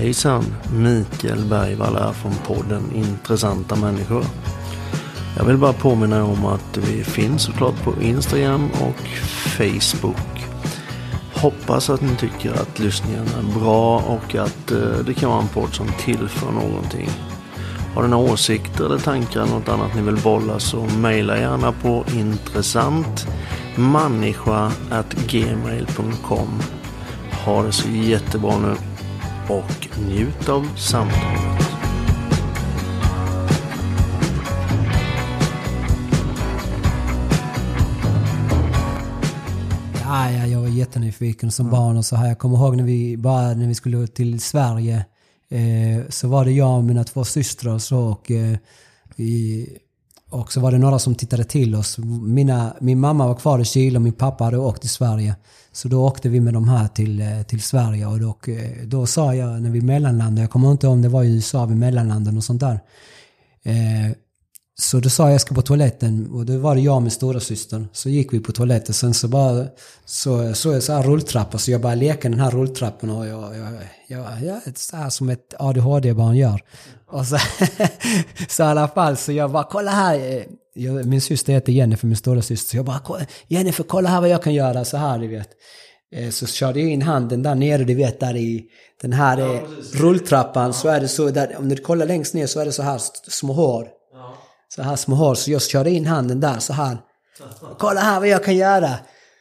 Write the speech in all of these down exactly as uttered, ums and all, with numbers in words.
Hejsan, Mikael Bergvall från podden Intressanta människor. Jag vill bara påminna om att vi finns såklart på Instagram och Facebook. Hoppas att ni tycker att lyssningen är bra och att det kan vara en podd som tillför någonting. Har ni några åsikter eller tankar eller något annat ni vill bolla, så mejla gärna på intressant människa at gmail punkt com. Ha det så jättebra nu och njut av samtalet. Ja, ja, jag var jättenyfiken som mm. barn och så här. Jag kommer ihåg när vi, bara när vi skulle till Sverige, eh, så var det jag och mina två systrar och så, och, eh, vi, och så var det några som tittade till oss. Mina, min mamma var kvar i Chile och min pappa hade åkt till Sverige. Så då åkte vi med de här till, till Sverige, och då, då sa jag när vi mellanlandade, jag kommer inte ihåg om det var i U S A vid mellanlanden och sånt där. Eh, så då sa jag, jag ska på toaletten, och då var det jag och min stora syster. Så gick vi på toaletten, sen så bara så, så jag så här rulltrappa, så jag bara lekade den här rulltrappan, och jag, jag, jag, jag så här som ett A D H D-barn gör. Och så, så i alla fall, så jag bara, kolla här, jag, min syster heter Jennifer, min stora syster, så jag bara, Jennifer, kolla här vad jag kan göra, så här, du vet. Så körde jag in handen där nere, du vet, där i den här ja, rulltrappan, så är det så, där, om du kollar längst ner så är det så här små hår. Ja. Så här små hår, så jag körde in handen där, så här. Kolla här vad jag kan göra.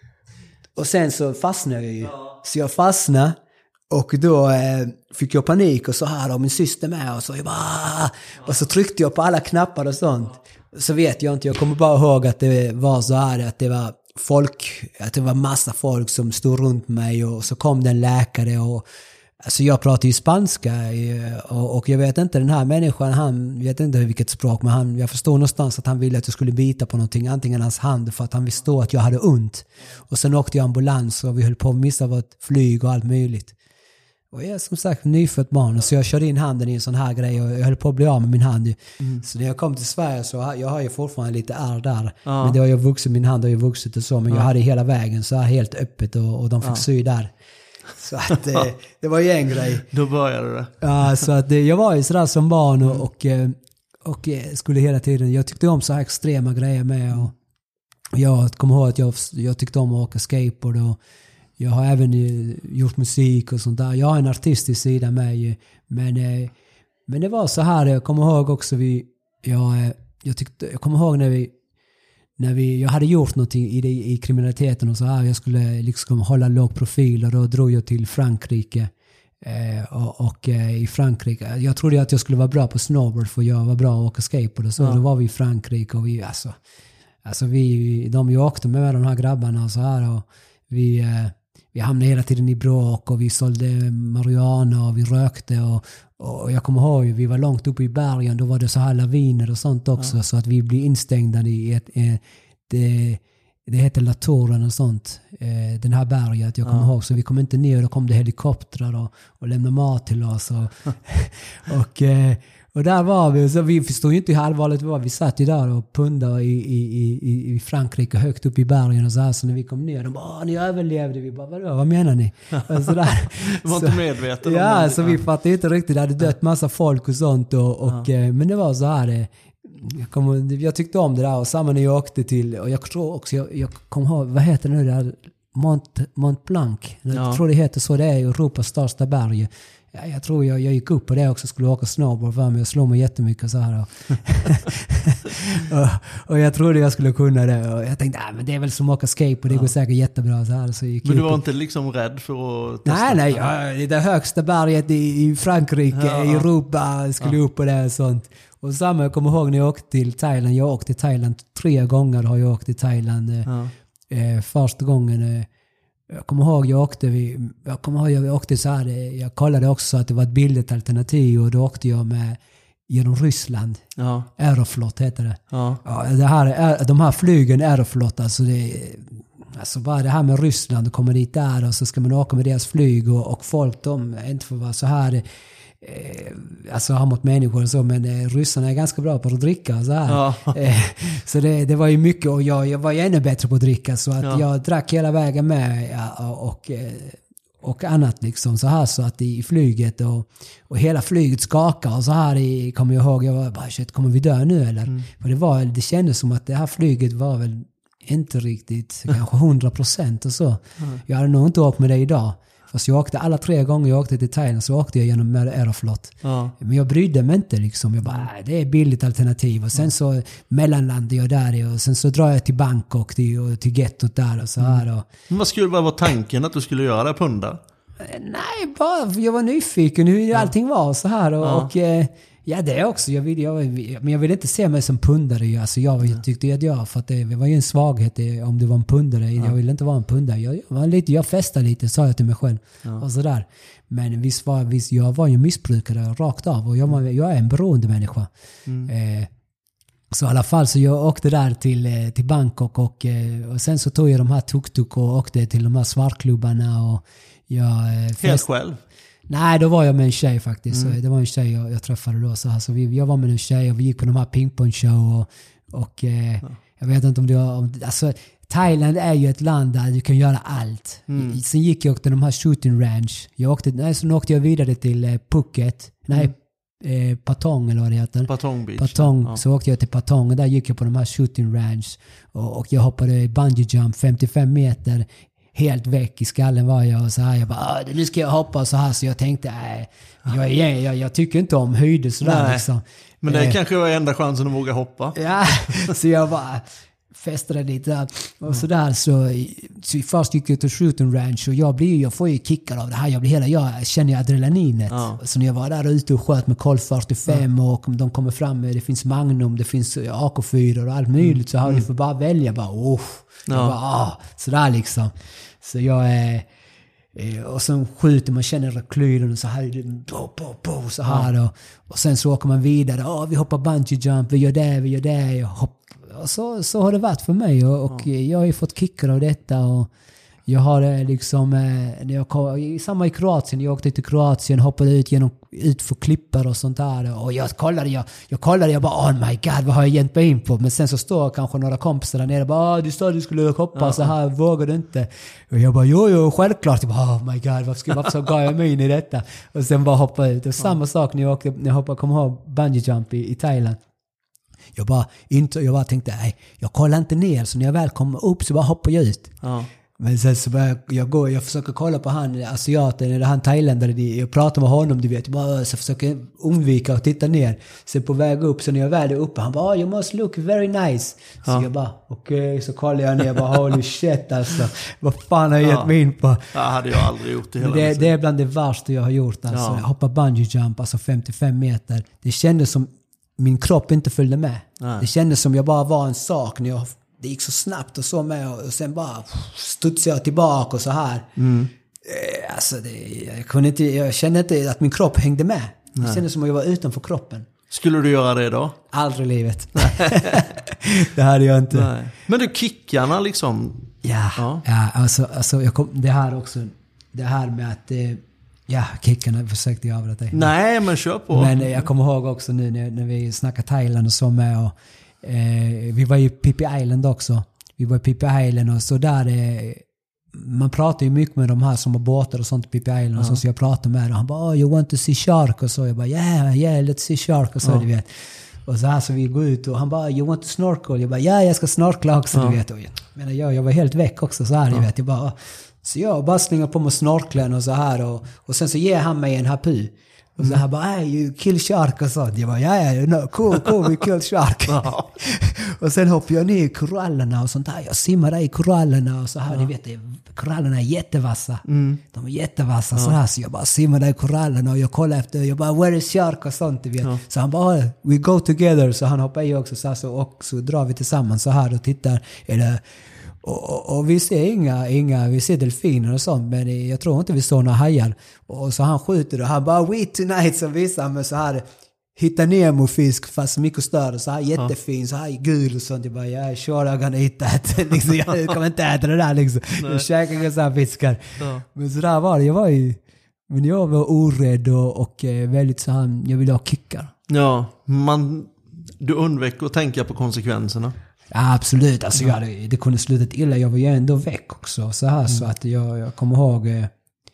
Och sen så fastnade jag ju. Ja. Så jag fastnade. Och då eh, fick jag panik och så här, och min syster med, och så jag bara, och så tryckte jag på alla knappar och sånt. Så vet jag inte, jag kommer bara ihåg att det var så här, att det var folk, att det var massa folk som stod runt mig, och så kom det en läkare, och alltså jag pratar ju spanska, och, och jag vet inte, den här människan, han vet inte vilket språk, men han, jag förstod någonstans att han ville att jag skulle bita på någonting, antingen hans hand, för att han visste att jag hade ont. Och sen åkte jag ambulans, och vi höll på att missa vårt flyg och allt möjligt. Och jag är som sagt nyfött barn, så jag körde in handen i en sån här grej, och jag höll på att bli av med min hand. Mm. Så när jag kom till Sverige, så har, jag har ju fortfarande lite ärr där. Ja. Men det har ju vuxit, min hand har ju vuxit och så, men ja. Jag hade hela vägen så här helt öppet, och, och de fick ja. sy där. Så att det, det var ju en grej. Då började det. Ja, så att det, jag var ju sådär som barn, och, och, och skulle hela tiden, jag tyckte om så här extrema grejer med, och jag kommer ihåg att jag, jag tyckte om att åka skateboard, och jag har även gjort musik och sånt där. Jag har en artistisk sida med, men, men det var så här, jag kommer ihåg också, vi, jag, jag, tyckte, jag kommer ihåg när vi, när vi, jag hade gjort någonting i, det, i kriminaliteten och så här, jag skulle liksom hålla låg profil, och då drog jag till Frankrike, eh, och, och eh, i Frankrike, jag trodde att jag skulle vara bra på snowboard, för jag var bra att åka skateboard, och så ja. Då var vi i Frankrike, och vi, alltså, alltså vi, de jag åkte med, med de här grabbarna och så här, och vi eh, Vi hamnade hela tiden i bråk, och vi sålde marijuana, och vi rökte, och, och jag kommer ihåg, vi var långt uppe i bergen, då var det så här laviner och sånt också, ja. Så att vi blev instängda i ett, ett det, det heter La Touren och sånt, den här berget, jag kommer ja. ihåg, så vi kom inte ner, och då kom det helikoptrar och, och lämnade mat till oss, och, och Och där var vi, så vi förstod ju inte hur allvarligt det var. Vi satt ju där och pundade i, i, i, i Frankrike, högt upp i bergen och så här. Så när vi kom ner, de bara, ni överlevde. Vi bara, vadå, vad menar ni? Och så där. Du var så, inte medveten om ja, det. Så vi fattade inte riktigt. Det hade dött massa folk och sånt. Och, och, ja. Men det var så här, jag, kom, jag tyckte om det där. Och samma när jag åkte till, och jag tror också, jag, jag kom ihåg, vad heter det nu där? Mont, Mont Blanc. Jag ja. tror det heter så, det är Europas största berg. Ja, jag tror jag, jag gick upp på det också, skulle åka snowboard för mig, jag slog mig jättemycket så här. Och, och, och jag trodde jag skulle kunna det, och jag tänkte, ah, men det är väl som att åka skateboard, det ja. går säkert jättebra så här. Så gick men du var upp. Inte liksom rädd för att testa? Nej, nej, ja, det är högsta berget i, i Frankrike, ja. i Europa, skulle ja. upp på det och sånt. Och samma, jag kommer ihåg när jag åkte till Thailand, jag åkte till Thailand tre gånger har jag åkt till Thailand. Ja. Eh, första gången, eh, jag kommer ihåg jag åkte vi, jag kommer ihåg jag åkte så här, jag kollade också att det var ett billigt alternativ, och då åkte jag med genom Ryssland. Ja. Aeroflot heter det. Ja. Ja, det här, de här flygen Aeroflot, alltså det, alltså bara det här med Ryssland, och kommer dit där, och så ska man åka med deras flyg, och, och folk, de är inte för att vara så här, eh, alltså har mot människor och så, men eh, ryssarna är ganska bra på att dricka och så här. Ja. Eh, så det, det var ju mycket, och jag, jag var ju ännu bättre på att dricka, så att ja. jag drack hela vägen med, ja, och, och och annat liksom så här, så att i flyget och, och hela flyget skakar och så här i, kommer jag ihåg, jag var bara shit, kommer vi dö nu eller? Mm. För det var, det kändes som att det här flyget var väl inte riktigt kanske hundra procent och så. Mm. Jag hade nog inte åkt med det idag. Fast jag åkte alla tre gånger jag åkte till Thailand så åkte jag genom Aeroflot. Ja. Men jag brydde mig inte liksom. Jag bara, det är ett billigt alternativ. Och sen ja. så mellanlandade jag där och sen så drar jag till Bangkok till, och till gettot där och så här. Och... Men vad skulle vara tanken att du skulle göra det, punda? Nej, bara jag var nyfiken hur ja. allting var så här. Och, ja. och ja, det också. Jag vill, jag, men jag vill inte se mig som pundare. Alltså jag, jag tyckte att jag, för att det var ju en svaghet om det var en pundare. Ja. Jag ville inte vara en pundare. Jag, jag, var lite, jag festade lite, sa jag till mig själv. Ja. Och sådär. Men visst var, visst, jag var ju missbrukare rakt av. Och jag, var, jag är en beroende människa. Mm. Eh, så i alla fall så jag åkte där till, till Bangkok. Och, och sen så tog jag de här tuk-tuk och åkte till de här svartklubbarna. Och jag, fest... Helt själv? Nej, då var jag med en tjej faktiskt. Mm. Det var en tjej jag, jag träffade då. Så, här, så vi, jag var med en tjej och vi gick på de här pingpongshow. Och, och eh, ja. jag vet inte om det var... Om, alltså, Thailand är ju ett land där du kan göra allt. Mm. Sen gick jag till de här shooting ranch. Jag åkte, nej, så åkte jag vidare till eh, Phuket. Nej, mm. eh, Patong eller vad det heter. Patong Beach. Patong. Ja. Så åkte jag till Patong och där gick jag på de här shooting ranch. Och, och jag hoppade bungee jump femtiofem meter. Helt väck i skallen var jag och så här. Jag bara, nu ska jag hoppa så här. Så jag tänkte, nej, jag, jag, jag, jag tycker inte om höjder sådär liksom. Men det är eh, kanske var enda chansen att våga hoppa. Ja, så jag bara festade lite där. Och sådär så, så först gick jag till shooting ranch och jag, blir, jag får ju kickar av det här. Jag blir hela, jag känner ju adrenalinet. Ja. Så när jag var där ute och sköt med Colt fyrtiofem ja. och de kommer fram med, det finns Magnum, det finns A K fyra och allt möjligt. Så har mm. jag får bara välja, bara, oh. Ja. Jag bara, ah, sådär liksom. Så jag är... Eh, och sen skjuter man, känner reklyden och så här, bo, bo, bo, så här ja. och, och sen så åker man vidare. Oh, vi hoppar bungee jump, vi gör det, vi gör det. Och, hopp, och så, så har det varit för mig. Och, och ja. jag har ju fått kickar av detta. Och jag har liksom... Eh, när jag kom, samma i Kroatien. Jag åkte till Kroatien, hoppade ut genom ut för klippar och sånt där. Och jag kollade, jag, jag kollade, jag bara, oh my god, vad har jag gett mig in på? Men sen så står kanske några kompisar där nere och bara, ah, du sa du skulle hoppa ja. så här, vågar du inte? Och jag bara, jo, jo, självklart. Jag bara, oh my god, varför, ska, varför så gav jag mig in i detta? Och sen bara hoppa ut. Och ja. samma sak när jag åkte, när jag hoppade, kom ihåg bungee jump i, i Thailand. Jag bara, inte, jag bara tänkte, nej, jag kollar inte ner. Så när jag väl kommer upp så bara hoppar jag ut. Ja. Men sen så börjar jag gå, jag försöker kolla på han asiaten eller han thailändare, jag pratar med honom, du vet, jag bara så försöker undvika att titta ner. Sen på väg upp, så när jag väl är uppe, han bara, oh, you must look very nice. Så ja. jag bara, okej, okay. Så kollar jag ner, jag bara, holy shit alltså, vad fan har jag gett mig in på? Ja, hade jag aldrig gjort det hela. Det, det är bland det värsta jag har gjort alltså. Ja. Jag hoppar bungee jump, alltså femtiofem meter. Det kändes som min kropp inte följde med. Nej. Det kändes som jag bara var en sak när jag det gick så snabbt och så med och sen bara studsade jag tillbaka och så här. Mm. Alltså det, jag kunde inte, jag kände inte att min kropp hängde med. Nej. Det kändes som att jag var utanför kroppen. Skulle du göra det då? Aldrig i livet. Det hade jag inte. Nej. Men du, kickarna liksom. Ja, ja. ja alltså, alltså jag kom, det här också, det här med att ja, kickarna försökte jag avbryta dig. Nej, men kör på. Men jag kommer ihåg också nu när, när vi snackade Thailand och så med och Eh, vi var ju Phi Phi Island också. Vi var i Phi Phi Island och så där eh, man pratar ju mycket med de här som har båtar och sånt i Phi Phi Island. Uh-huh. Och så, så jag pratade med dem och han bara, oh, you want to see shark? Och så jag bara, yeah, yeah, let's see shark. Och så uh-huh. du vet. Och så här så vi går ut och han bara, you want to snorkel? Jag bara, ja, yeah, jag ska snorkla också, uh-huh. du vet. Och jag, men jag, jag var helt väck också så här, uh-huh. du vet. Jag bara, så jag bara slingar på mig snorkeln och så här och, och sen så ger han mig en hapu. Och så här bara, hey, you kill shark och sånt. Jag bara, ja, ja, no, cool, cool, we kill shark. Ja. Och sen hoppar jag ner i korallerna och sånt där. Jag simmar där i korallerna och så här, ja. Ni vet, korallerna är jättevassa. Mm. De är jättevassa ja. Så här. Så jag bara simmar där i korallerna och jag kollar efter, jag bara, where is shark och sånt, du vet. Ja. Så han bara, we go together. Så han hoppar i också så här, så, och så drar vi tillsammans så här och tittar. Eller, och, och, och vi ser inga, inga, vi ser delfiner och sånt, men jag tror inte vi såg några hajar. Och så han skjuter och han bara, we tonight, så visar han med så här, hitta Nemo-fisk fast mycket större, så här jättefin, så här gul och sånt. Jag bara, ja, sure I'm gonna eat that. Liksom, jag kommer inte äta det där liksom. Jag käkar inga så här fiskar. Ja. Men så där var det, jag var ju, men jag var orädd och, och väldigt så här, jag ville ha kickar. Ja, man, du undvek att tänka på konsekvenserna. Ja, absolut. Alltså, jag, det kunde slutat illa. Jag var ju ändå väck också. Så här, mm. så att jag, jag kommer ihåg...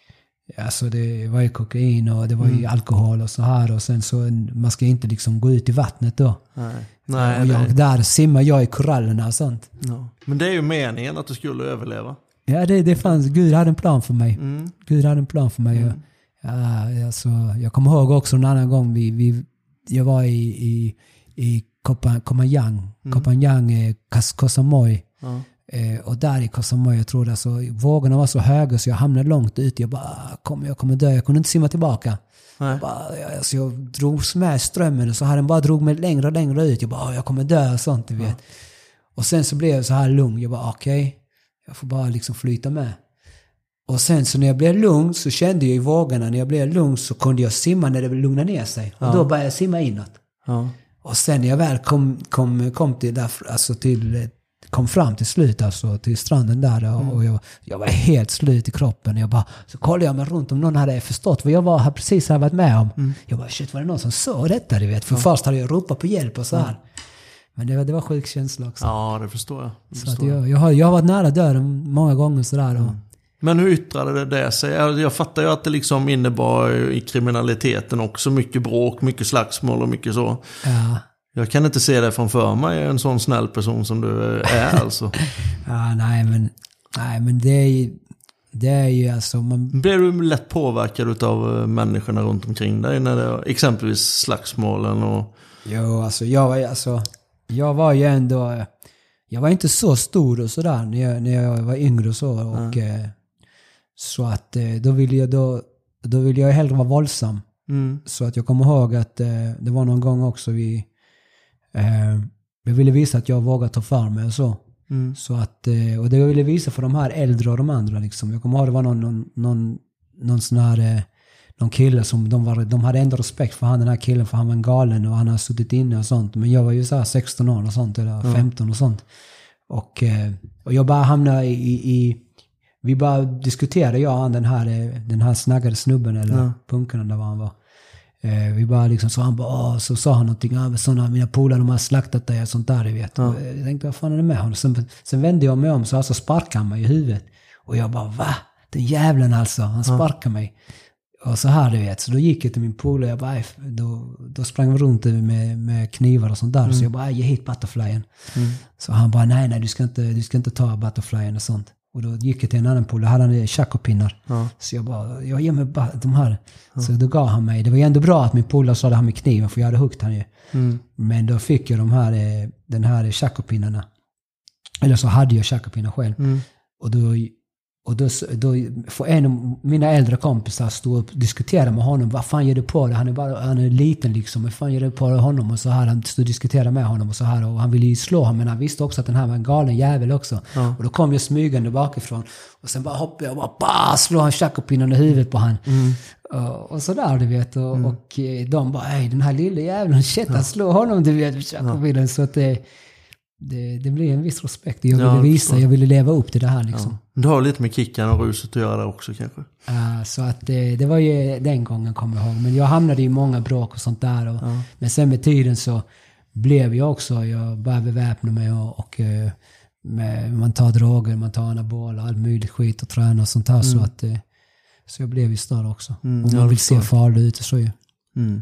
Alltså det var ju kokain och det var ju mm. alkohol och så här. Och sen så, man ska inte liksom gå ut i vattnet då. Nej. Nej, och jag, nej. där simmar jag i korallerna och sånt. Ja. Men det är ju meningen att du skulle överleva. Ja, det, det fanns, Gud hade en plan för mig. Mm. Gud hade en plan för mig. Mm. Ja, alltså, jag kommer ihåg också en annan gång, vi, vi, jag var i, i, i Kopanjang, mm. Kopanjang, eh, Koh Samui. Ja. Eh, och där i Koh Samui, jag tror det, alltså, vågorna var så höga så jag hamnade långt ut. Jag bara, kom, jag kommer dö, jag kunde inte simma tillbaka. Jag, bara, jag, alltså, jag drogs med strömmen och så här den bara drog mig längre och längre ut. Jag bara, jag kommer dö och sånt, du vet. Ja. Och sen så blev jag så här lugn. Jag bara, okej, okay, jag får bara liksom flyta med. Och sen så när jag blev lugn så kände jag i vågorna, när jag blev lugn så kunde jag simma när det lugnade ner sig. Ja. Och då började jag simma inåt. Ja. Och sen när jag väl kom, kom, kom till där, alltså till kom fram till slut, alltså till stranden där, och, mm. och jag, jag var helt slut i kroppen. Jag bara, så kollade jag mig runt om någon hade förstått vad jag var, hade precis hade varit med om. Mm. Jag bara, shit, var det någon som såg detta, du vet? För ja. först hade jag ropat på hjälp och så här. Ja. Men det var, det var sjuk känsla också. Ja, det förstår jag. Det så förstår att jag, jag, har, jag har varit nära döden många gånger sådär. Mm. Men hur yttrade det det sig? Jag, jag fattar ju att det liksom innebar i kriminaliteten också mycket bråk, mycket slagsmål och mycket så. Ja. Jag kan inte se det från för mig, en sån snäll person som du är alltså. Ja, nej men, nej, men det är ju, det är ju alltså... Man... Blir du lätt påverkad av människorna runt omkring dig när det är exempelvis slagsmålen och... Jo, alltså jag var, alltså, jag var ju ändå... Jag var inte så stor och sådär när jag, när jag var yngre och så. Och, mm. Så att då ville jag, då, då ville jag hellre vara våldsam. Mm. Så att jag kommer ihåg att det var någon gång också vi... Eh, jag ville visa att jag vågar ta för mig och så. Mm. Så att, eh, och det jag ville visa för de här äldre och de andra liksom. Jag kommer ihåg det var någon, någon, någon, någon sån här eh, någon kille som de, var, de hade ändå respekt för han, den här killen, för han var en galen och han har suttit inne och sånt. Men jag var ju så här sexton år och sånt, eller mm. femton och sånt. Och, eh, och jag bara hamnade i, i, i vi bara diskuterade, jag och han, den här, den här snaggade snubben eller mm. punken där var han var. Vi bara liksom, så han bara, så sa han någonting, ja, sådana, mina polare, de har slaktat dig och sånt där, du vet. Ja. Jag tänkte, vad fan är det med honom? Sen, sen vände jag mig om, så alltså sparkade han mig i huvudet. Och jag bara, va? Den jävlen alltså, han sparkade ja. mig. Och så här, du vet. Så då gick jag till min polare, jag bara, då, då sprang vi runt med, med knivar och sånt där. Mm. Så jag bara, ge hit butterflyen. Mm. Så han bara, nej, nej, du ska inte, du ska inte ta butterflyen och sånt. Och då gick jag till en annan polare, hade han chakopinnar. Ja. Så jag bara, jag ger mig bara de här. Ja. Så då gav han mig, det var ändå bra att min polare sa det här med kniven, för jag hade huggt han ju. Mm. Men då fick jag de här, den här chakopinnarna. Eller så hade jag chakopinnar själv. Mm. Och då, och då, då får en av mina äldre kompisar stå och diskutera med honom. Vad fan gör du på det? Han är bara, han är liten liksom. Vad fan gör du på honom? Och så här, han stod och diskuterade med honom och så här. Och han ville ju slå honom, men han visste också att den här var en galen jävel också. Ja. Och då kom jag smygande bakifrån. Och sen bara hoppade jag och bara, bah, slå han chakopinnen i huvudet på han. Mm. Och, och så där, du vet. Och, mm. och de bara, hej, den här lilla jäveln, shit, han ja. slår honom, du vet, chakopinnen. Ja. Så att det... Det, det blev en viss respekt. Jag ville ja, visa, jag ville leva upp till det här liksom. Ja. Du har lite med kickan och ruset att göra det också kanske. Uh, så att det, det var ju den gången, kommer jag ihåg. Men jag hamnade i många bråk och sånt där. Och, ja. Men sen med tiden så blev jag också, jag började beväpna mig och, och med, man tar droger, man tar anabola, all möjligt skit och tränar och sånt där. Mm. Så, att, så jag blev ju större också. Mm, och man vill se farlig ut och så ju. Mm.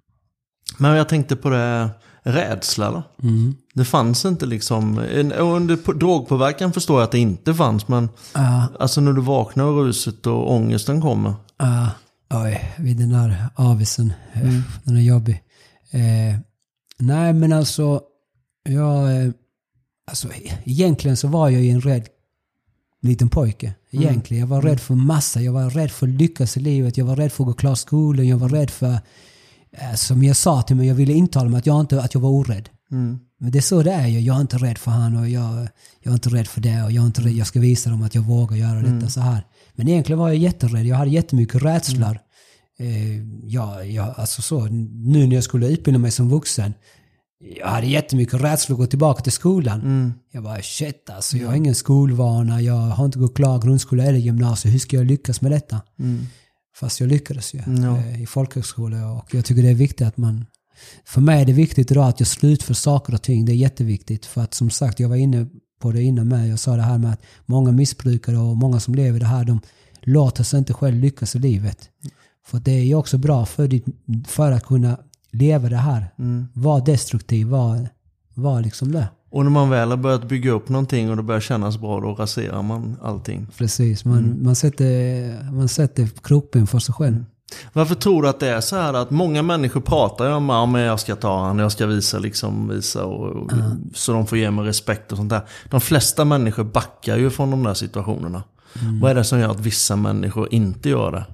Men jag tänkte på det, rädsla då? Mm. Det fanns inte liksom, under drogpåverkan förstår jag att det inte fanns, men uh, alltså när du vaknar och ruset och ångesten kommer. Uh, oj, vid den där avisen, mm. den är jobbig. Eh, nej men alltså, jag, eh, alltså egentligen så var jag ju en rädd liten pojke. Egentligen, mm. jag var rädd för massa, jag var rädd för att lyckas i livet, jag var rädd för att gå klart skolan, jag var rädd för, eh, som jag sa till mig, jag ville intala mig att jag, inte, att jag var orädd. Mm. Men det är så det är. Jag är inte rädd för han och jag, jag är inte rädd för det och jag är inte rädd, jag ska visa dem att jag vågar göra detta mm. så här. Men egentligen var jag jätterädd. Jag hade jättemycket rädslor. Mm. Eh, ja, ja, alltså så. Nu när jag skulle utbilda mig som vuxen, jag hade jättemycket rädslor att gå tillbaka till skolan. Mm. Jag bara, shit alltså, jag har ingen skolvana. Jag har inte gått klar grundskola eller gymnasium. Hur ska jag lyckas med detta? Mm. Fast jag lyckades ju mm. eh, i folkhögskola. Och jag tycker det är viktigt att man... För mig är det viktigt idag att jag slutför saker och ting. Det är jätteviktigt. För att som sagt, jag var inne på det innan med. Jag sa det här med att många missbrukare och många som lever det här, de, låt oss inte själv lyckas i livet. För det är ju också bra för, ditt, för att kunna leva det här. Mm. Var destruktiv, var, var liksom det. Och när man väl har börjat bygga upp någonting och det börjar kännas bra, då raserar man allting. Precis, man, mm. man, sätter, man sätter kroppen för sig själv. Mm. Varför tror du att det är så här att många människor pratar om att ja, jag ska ta han, jag ska visa liksom visa och, och, mm. så de får ge mig respekt och sånt där. De flesta människor backar ju från de där situationerna. Mm. Vad är det som gör att vissa människor inte gör det?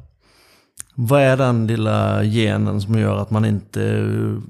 Vad är den lilla genen som gör att man inte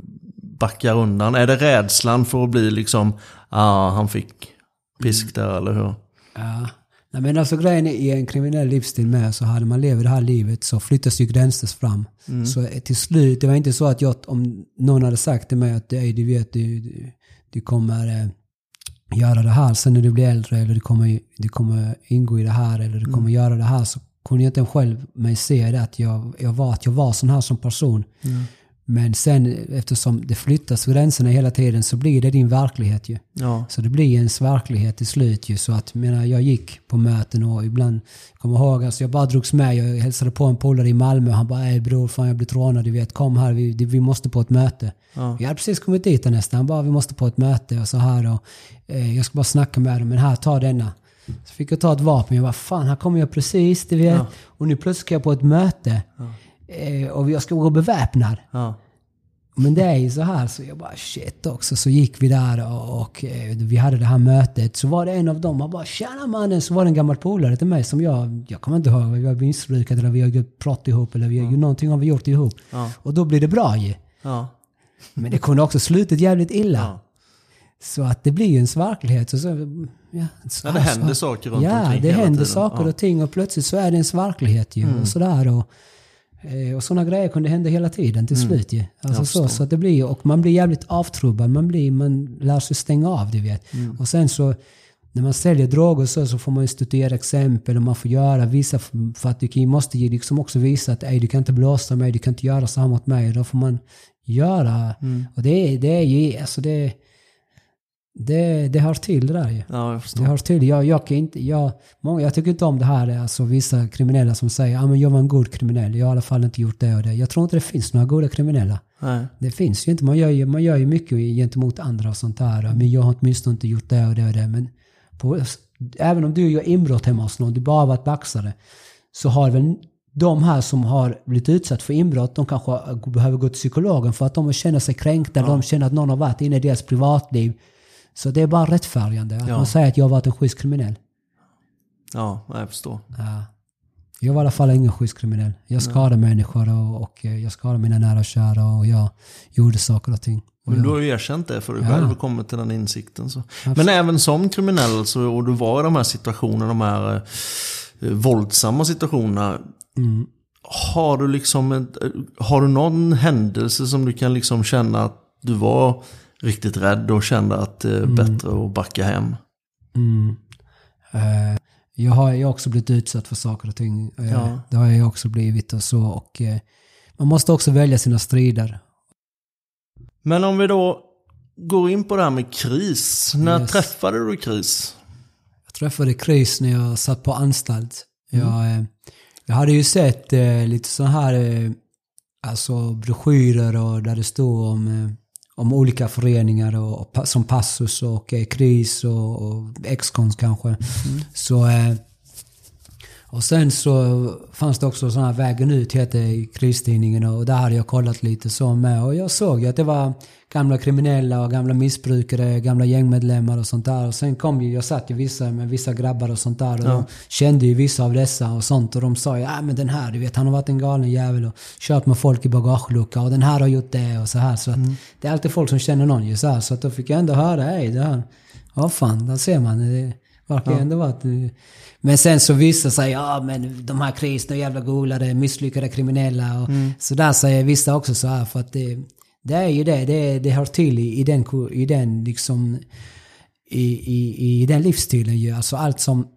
backar undan? Är det rädslan för att bli liksom, ja ah, han fick pisk där eller hur? Ja. Nej, men alltså grejen i en kriminell livsstil med, så hade man lever det här livet så flyttas ju gränser fram. Mm. Så till slut, det var inte så att jag, om någon hade sagt till mig att du vet, du, du, du kommer eh, göra det här sen när du blir äldre, eller du kommer, du kommer ingå i det här, eller du kommer mm. göra det här, så kunde jag inte själv mig se det att jag, jag var att jag var sån här som person. Mm. Men sen eftersom det flyttas gränserna hela tiden så blir det din verklighet ju. Ja. Så det blir ens verklighet till slut ju. Så att menar, jag gick på möten och ibland, jag kommer ihåg, alltså jag bara drogs med. Jag hälsade på en polare i Malmö och han bara, ej bror, fan jag blir trånad, du vet, kom här, vi, vi måste på ett möte. Ja. Jag hade precis kommit dit nästan, han bara, vi måste på ett möte och så här och eh, jag ska bara snacka med dem, men här, ta denna. Så fick jag ta ett vapen, jag bara, fan här kommer jag precis, du vet. Ja. Och nu plötsligt ska jag på ett möte. Ja. Eh, och jag ska gå beväpnad. Ja. Men det är ju så här, så jag bara shit också. Så gick vi där och, och eh, vi hade det här mötet. Så var det en av dem, han bara tjena mannen. Så var det en gammal polare till mig som jag, jag kommer inte ihåg, vi har missbrukat eller vi har gjort prat ihop eller vi har ja. någonting har vi gjort ihop. Ja. Och då blir det bra ju. Ja. Men det kunde också slutat jävligt illa. Ja. Så att det blir ju ens verklighet. Så, så, ja, så, ja, det händer så, saker runt ja, omkring det händer tiden. saker ja. och ting och plötsligt så är det ens verklighet ju. Mm. Och sådär och Och sådana grejer kunde hända hela tiden till slut ju. Alltså så, så att det blir, och man blir jävligt avtrubbad. Man, blir, man lär sig stänga av, du vet. Mm. Och sen så, när man säljer droger så, så får man ju studera exempel och man får göra vissa, för att du måste ju liksom också visa att du kan inte blåsa mig, du kan inte göra så här mot mig. Då får man göra. Mm. Och det är, det är ju, alltså det Det, det hör till det där ju. Ja, jag förstår. Det hör till. Jag, jag, kan inte, jag, många, jag tycker inte om det här. Alltså vissa kriminella som säger att ah, jag var en god kriminell. Jag har i alla fall inte gjort det och det. Jag tror inte det finns några goda kriminella. Nej. Det finns ju inte. Man gör ju, man gör ju mycket gentemot andra och sånt där. Men jag har åtminstone inte gjort det och det och det. Men på, även om du gör inbrott hemma hos någon, du bara varit baxare, så har väl de här som har blivit utsatt för inbrott, de kanske behöver gå till psykologen för att de känner sig kränkta. Ja. De känner att någon har varit inne i deras privatliv. Så det är bara rättfärdigande att ja. man säger att jag har varit en schysst kriminell. Ja, jag förstår. Ja. Jag var i alla fall ingen schysst kriminell. Jag skadade Nej. människor och, och jag skadade mina nära och kära och jag gjorde saker och ting. Och Men jag, du har ju erkänt det för dig ja. själv och kommit till den insikten. Så. Men även som kriminell så, och du var i de här situationerna, de här eh, våldsamma situationerna. Mm. Har du liksom ett, har du någon händelse som du kan liksom känna att du var riktigt rädd och kände att det är mm. bättre att backa hem? Mm. Uh, jag har ju också blivit utsatt för saker och ting. Uh, ja. Det har jag också blivit och så. Och, uh, man måste också välja sina strider. Men om vi då går in på det här med kris. När yes. träffade du kris? Jag träffade kris när jag satt på anstalt. Mm. Jag, uh, jag hade ju sett uh, lite så här uh, alltså broschyrer och där det stod om... Uh, om olika föreningar och, och, som Passus och eh, Kris och, och X-Cons kanske. Mm. Så, eh, och sen så fanns det också sån här Vägen ut heter Kristidningen och där hade jag kollat lite så med. Och jag såg ju att det var gamla kriminella och gamla missbrukare, gamla gängmedlemmar och sånt där. Och sen kom ju, jag satt ju vissa med vissa grabbar och sånt där och ja. de kände ju vissa av dessa och sånt. Och de sa ju, ja men den här, du vet, han har varit en galen jävel och kört med folk i bagagelucka och den här har gjort det och så här. Så att mm. det är alltid folk som känner någon ju så här. Så att då fick jag ändå höra, hej det här, ja fan, där ser man, det verkar ja. ändå varit... Men sen så vissa säger, ja men de här kristna jävla golade, misslyckade kriminella och mm. så där säger vissa också så här, för att det, det är ju det, det, det hör till i, i den, i den liksom i, i, i den livsstilen ju, alltså allt som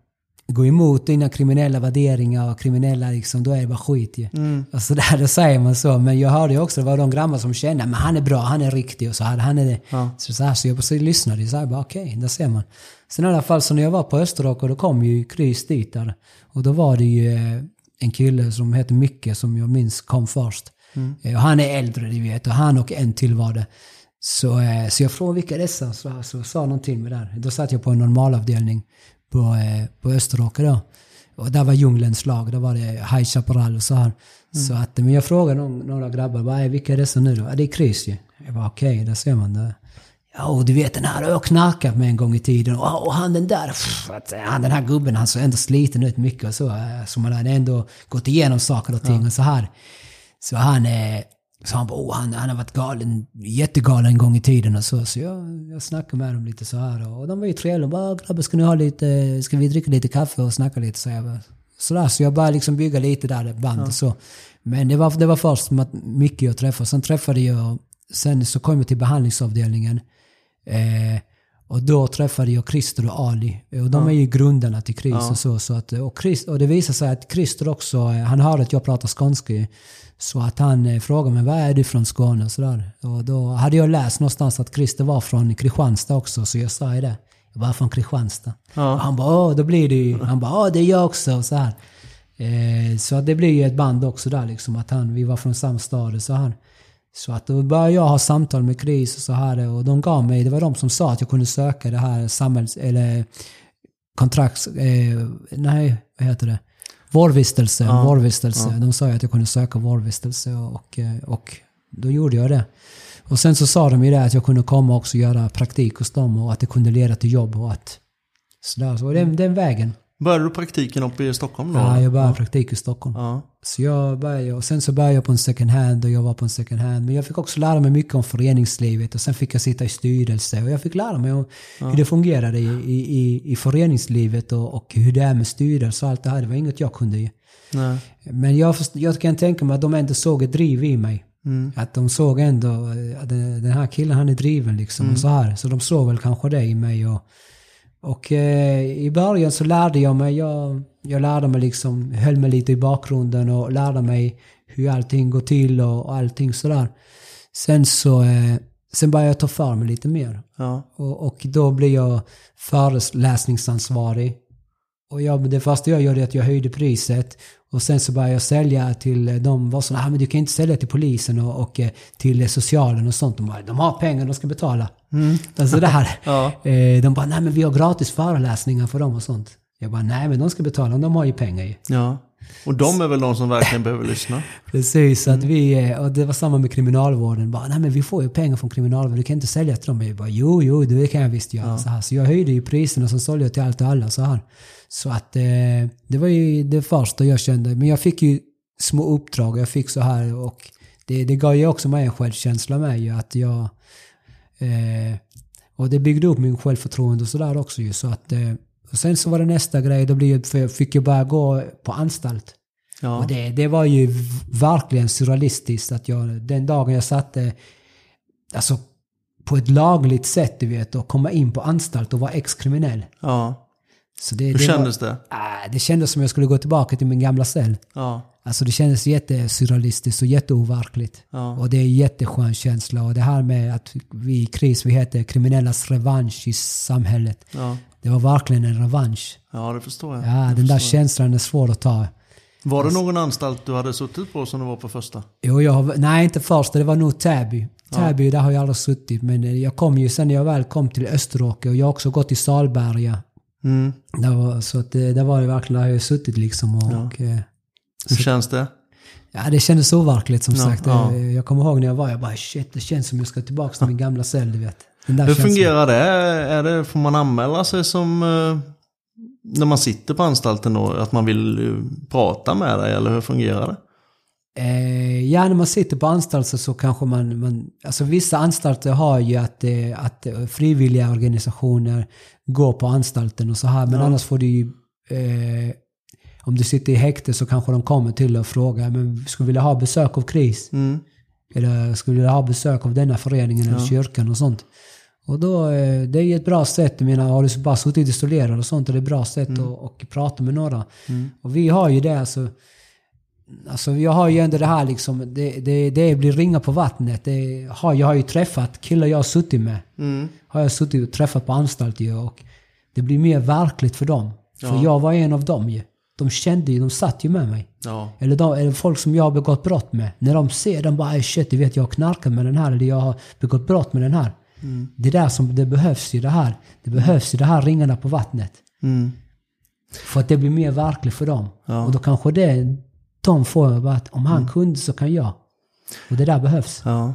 gå emot dina kriminella värderingar och kriminella liksom, då är det bara skit ju. Mm. Och så där, då säger man så. Men jag hörde ju också, det var de grabbar som kände, men han är bra, han är riktig och så här, han är det. Ja. Så, så här, så jag bara så lyssnade och så här, bara okej, okay, där ser man. Sen i alla fall så när jag var på Österåker, då kom ju Chris dit där. Och då var det ju en kille som heter Micke som jag minns kom först. Mm. Och han är äldre, du vet, och han och en till var det. Så, så jag frågade vilka dessa, så, så sa någonting med där. Då satt jag på en normalavdelning på, på Österåker då. Och där var djunglens lag, där var det High Chaparral och så här. Mm. Så att, men jag frågade någon, några grabbar, bara, vilka är dessa nu då? Ja, det är Chris ju. Jag bara okej, okay, där ser man det. Ja, och du vet den här har jag knarkat med en gång i tiden. Och, och han den där, pff, han, den här gubben, han så ändå sliten ut mycket och så. Så man hade ändå gått igenom saker och ting ja. Och så här. Så han är... Så han bara, oh, han, han har varit galen, jättegalen en gång i tiden och så. Så jag, jag snackade med dem lite så här. Och de var ju trevliga. Bara, grabbar, ska ni ha lite, ska vi dricka lite kaffe och snacka lite? Så jag bara, sådär. Så jag bara liksom bygga lite där band ja. Och så. Men det var, det var först med mycket jag träffade. Sen träffade jag, sen så kom jag till behandlingsavdelningen. Eh, och då träffade jag Christer och Ali. Och de ja. Är ju grundarna till Chris ja. Och så. så att, och, Chris, och det visar sig att Christer också, han hörde att jag pratar skånska. Så att han eh, frågade mig, vad är du från Skåne och sådär. Och då hade jag läst någonstans att Christer var från Kristianstad också. Så jag sa ju det. Jag var från Kristianstad. Ja. Och han bara, åh, då blir det ju. Han bara, åh, det är jag också. Och så här. Eh, så det blir ju ett band också där liksom. Att han, vi var från samma stad och så här. Så att då började jag ha samtal med Chris och så här. Och de gav mig, det var de som sa att jag kunde söka det här samhälls... Eller kontrakts... Eh, nej, vad heter det? Vårdvistelse, ja, vårdvistelse. Ja. De sa ju att jag kunde söka vårdvistelse och, och då gjorde jag det. Och sen så sa de ju det att jag kunde komma också och göra praktik hos dem och att det kunde leda till jobb och att sådär. Så det är den vägen. Började du praktiken uppe i Stockholm då? Ja, jag började ja. praktik i Stockholm. Ja. Så jag började, och sen så började jag på en second hand och jag var på en second hand. Men jag fick också lära mig mycket om föreningslivet och sen fick jag sitta i styrelse och jag fick lära mig om ja. hur det fungerade i, i, i föreningslivet och, och hur det är med styrelse och allt det här. Det var inget jag kunde ju. Nej. Men jag, jag kan tänka mig att de ändå såg ett driv i mig. Mm. Att de såg ändå att den här killen, han är driven liksom mm. och så här. Så de såg väl kanske det i mig och Och eh, i början så lärde jag mig, jag, jag lärde mig liksom, höll mig lite i bakgrunden och lärde mig hur allting går till och, och allting sådär. Sen så, eh, sen började jag ta för mig lite mer. Ja. Och, och då blev jag föreläsningsansvarig. Och jag, det första jag gjorde är att jag höjde priset. Och sen så började jag sälja till de var sådana, ah, men du kan inte sälja till polisen och, och till socialen och sånt. De bara, de har pengar, de ska betala. Mm. Alltså det här. Ja. De bara, nej men vi har gratis föreläsningar för dem och sånt. Jag bara, nej men de ska betala, de har ju pengar ju. Ja, och de är väl de som verkligen behöver lyssna. Precis, att mm. vi, och det var samma med kriminalvården. Bara, nej men vi får ju pengar från kriminalvården, du kan inte sälja till dem. Jag bara, jo, jo, det kan jag visst göra. Ja. Så, här. Så jag höjde ju priserna och så sålde jag till allt och alla så här. Så att eh, det var ju det första jag kände. Men jag fick ju små uppdrag. Jag fick så här och det, det gav ju också mig en självkänsla med ju att jag eh, och det byggde upp min självförtroende och sådär också ju. Så att eh, och sen så var det nästa grej. Då blev, för jag fick ju bara gå på anstalt. Ja. Och det, det var ju verkligen surrealistiskt att jag, den dagen jag satte alltså på ett lagligt sätt du vet och komma in på anstalt och vara ex-kriminell. Ja. Så det, Hur det kändes var, det? Äh, det kändes som jag skulle gå tillbaka till min gamla cell. Ja. Alltså det kändes jättesurrealistiskt och jätteoverkligt. Ja. Och det är en jätteskön känsla. Och det här med att vi i kris, vi heter kriminellas revansch i samhället. Ja. Det var verkligen en revansch. Ja, det förstår jag. Ja, det den där känslan är svår att ta. Var det någon anstalt du hade suttit på som du var på första? Jo, jag har, nej inte första, det var nog Täby. Täby, ja. Där har jag aldrig suttit. Men jag kom ju sen när jag väl kom till Österåker och jag har också gått i Salberga. Mm. Det var, så att det, det var det verkligen där jag suttit liksom. Och, ja. och, Hur så, känns det? Ja, det kändes overkligt som ja, sagt. Ja. Jag, jag kommer ihåg när jag var, jag bara shit, det känns som jag ska tillbaka till min gamla cell, du vet. Den där Hur känslan. fungerar det? Är det? Får man anmäla sig som uh, när man sitter på anstalten då, att man vill uh, prata med dig, eller hur fungerar det? Eh, ja, när man sitter på anstalter så kanske man, man alltså vissa anstalter har ju att, eh, att frivilliga organisationer går på anstalten och så här, men ja. Annars får du ju eh, om du sitter i häkte så kanske de kommer till och frågar, men skulle vilja ha besök av kris? Mm. Eller skulle vilja ha besök av denna föreningen eller ja. Kyrkan och sånt. Och då, det är ett bra sätt, jag menar, har du bara suttit isolerad och sånt, är det ett bra sätt mm. att, att prata med några. Mm. Och vi har ju det, alltså, alltså jag har ju ändå det här liksom, det, det, det blir ringa på vattnet. Det har, jag har ju träffat killar jag har suttit med. Mm. Har jag suttit och träffat på anstalt ju, och det blir mer verkligt för dem. Ja. För jag var en av dem ju. De kände ju, de satt ju med mig. Ja. Eller, de, eller folk som jag har begått brott med. När de ser, de bara, shit, du vet, jag har knarkat med den här, eller jag har begått brott med den här. Mm. Det är där som det behövs i det här. Det behövs i det här ringarna på vattnet. Mm. För att det blir mer verkligt för dem. Ja. Och då kanske det de får att om han mm. kunde så kan jag. Och det där behövs. Ja.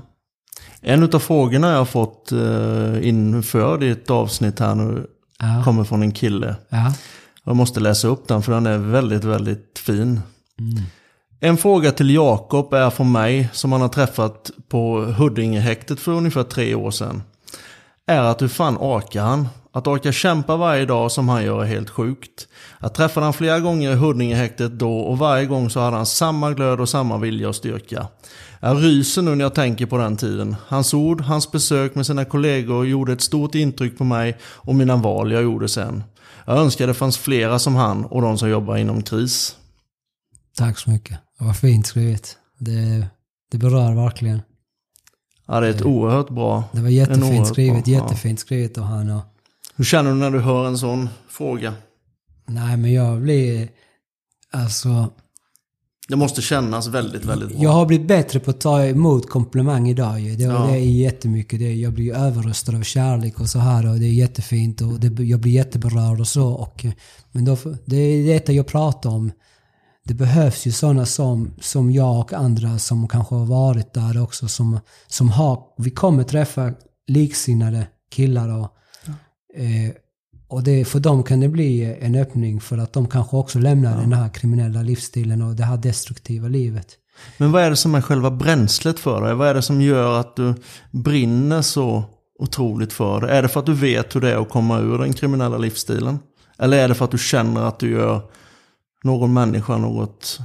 En av frågorna jag har fått uh, inför ditt avsnitt här nu ja. kommer från en kille. Ja. Jag måste läsa upp den för den är väldigt, väldigt fin. Mm. En fråga till Jakob är från mig som han har träffat på Huddingehäktet för ungefär tre år sedan. Är att hur fan orkar han? Att orka kämpa varje dag som han gör är helt sjukt. Jag träffade han flera gånger i Huddingehäktet då och varje gång så hade han samma glöd och samma vilja och styrka. Jag ryser nu när jag tänker på den tiden. Hans ord, hans besök med sina kollegor gjorde ett stort intryck på mig och mina val jag gjorde sen. Jag önskar det fanns flera som han och de som jobbar inom kris. Tack så mycket. Det var fint skrivet. Det, det berör verkligen. Ja, det är ett det, oerhört bra. Det var jättefint skrivet, bra, jättefint ja. skrivet av han. Och, hur känner du när du hör en sån fråga? Nej, men jag blir, alltså... Det måste kännas väldigt, väldigt bra. Jag har blivit bättre på att ta emot komplimang idag. Det, ja. det är jättemycket. Det, jag blir överröstad av kärlek och så här. Och det är jättefint och det, jag blir jätteberörd och så. Och, men då, det är detta jag pratar om. Det behövs ju sådana som, som jag och andra som kanske har varit där också. Som, som har, vi kommer träffa liksinnade killar. Och, ja. eh, och det, för dem kan det bli en öppning för att de kanske också lämnar ja. den här kriminella livsstilen och det här destruktiva livet. Men vad är det som är själva bränslet för dig? Vad är det som gör att du brinner så otroligt för det? Är det för att du vet hur det är att komma ur den kriminella livsstilen? Eller är det för att du känner att du gör någon människa något...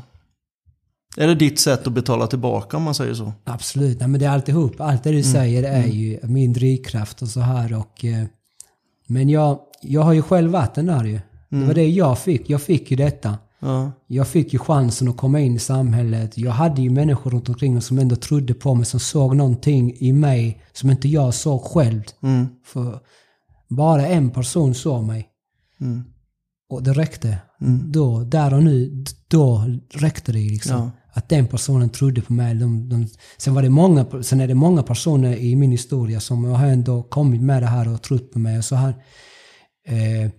Är det ditt sätt att betala tillbaka om man säger så? Absolut, nej, men det är alltihop. Allt det du mm. säger är mm. ju min drivkraft och så här. Och, eh, men jag, jag har ju själv varit den där ju. Mm. Det var det jag fick. Jag fick ju detta. Ja. Jag fick ju chansen att komma in i samhället. Jag hade ju människor runt omkring mig som ändå trodde på mig. Som såg någonting i mig som inte jag såg själv. Mm. För bara en person såg mig. Mm. Och det räckte. Mm. Då, där och nu, då räckte det liksom. Ja. Att den personen trodde på mig. De, de, sen, var det många, sen är det många personer i min historia som har ändå kommit med det här och trott på mig. Och så här. Eh,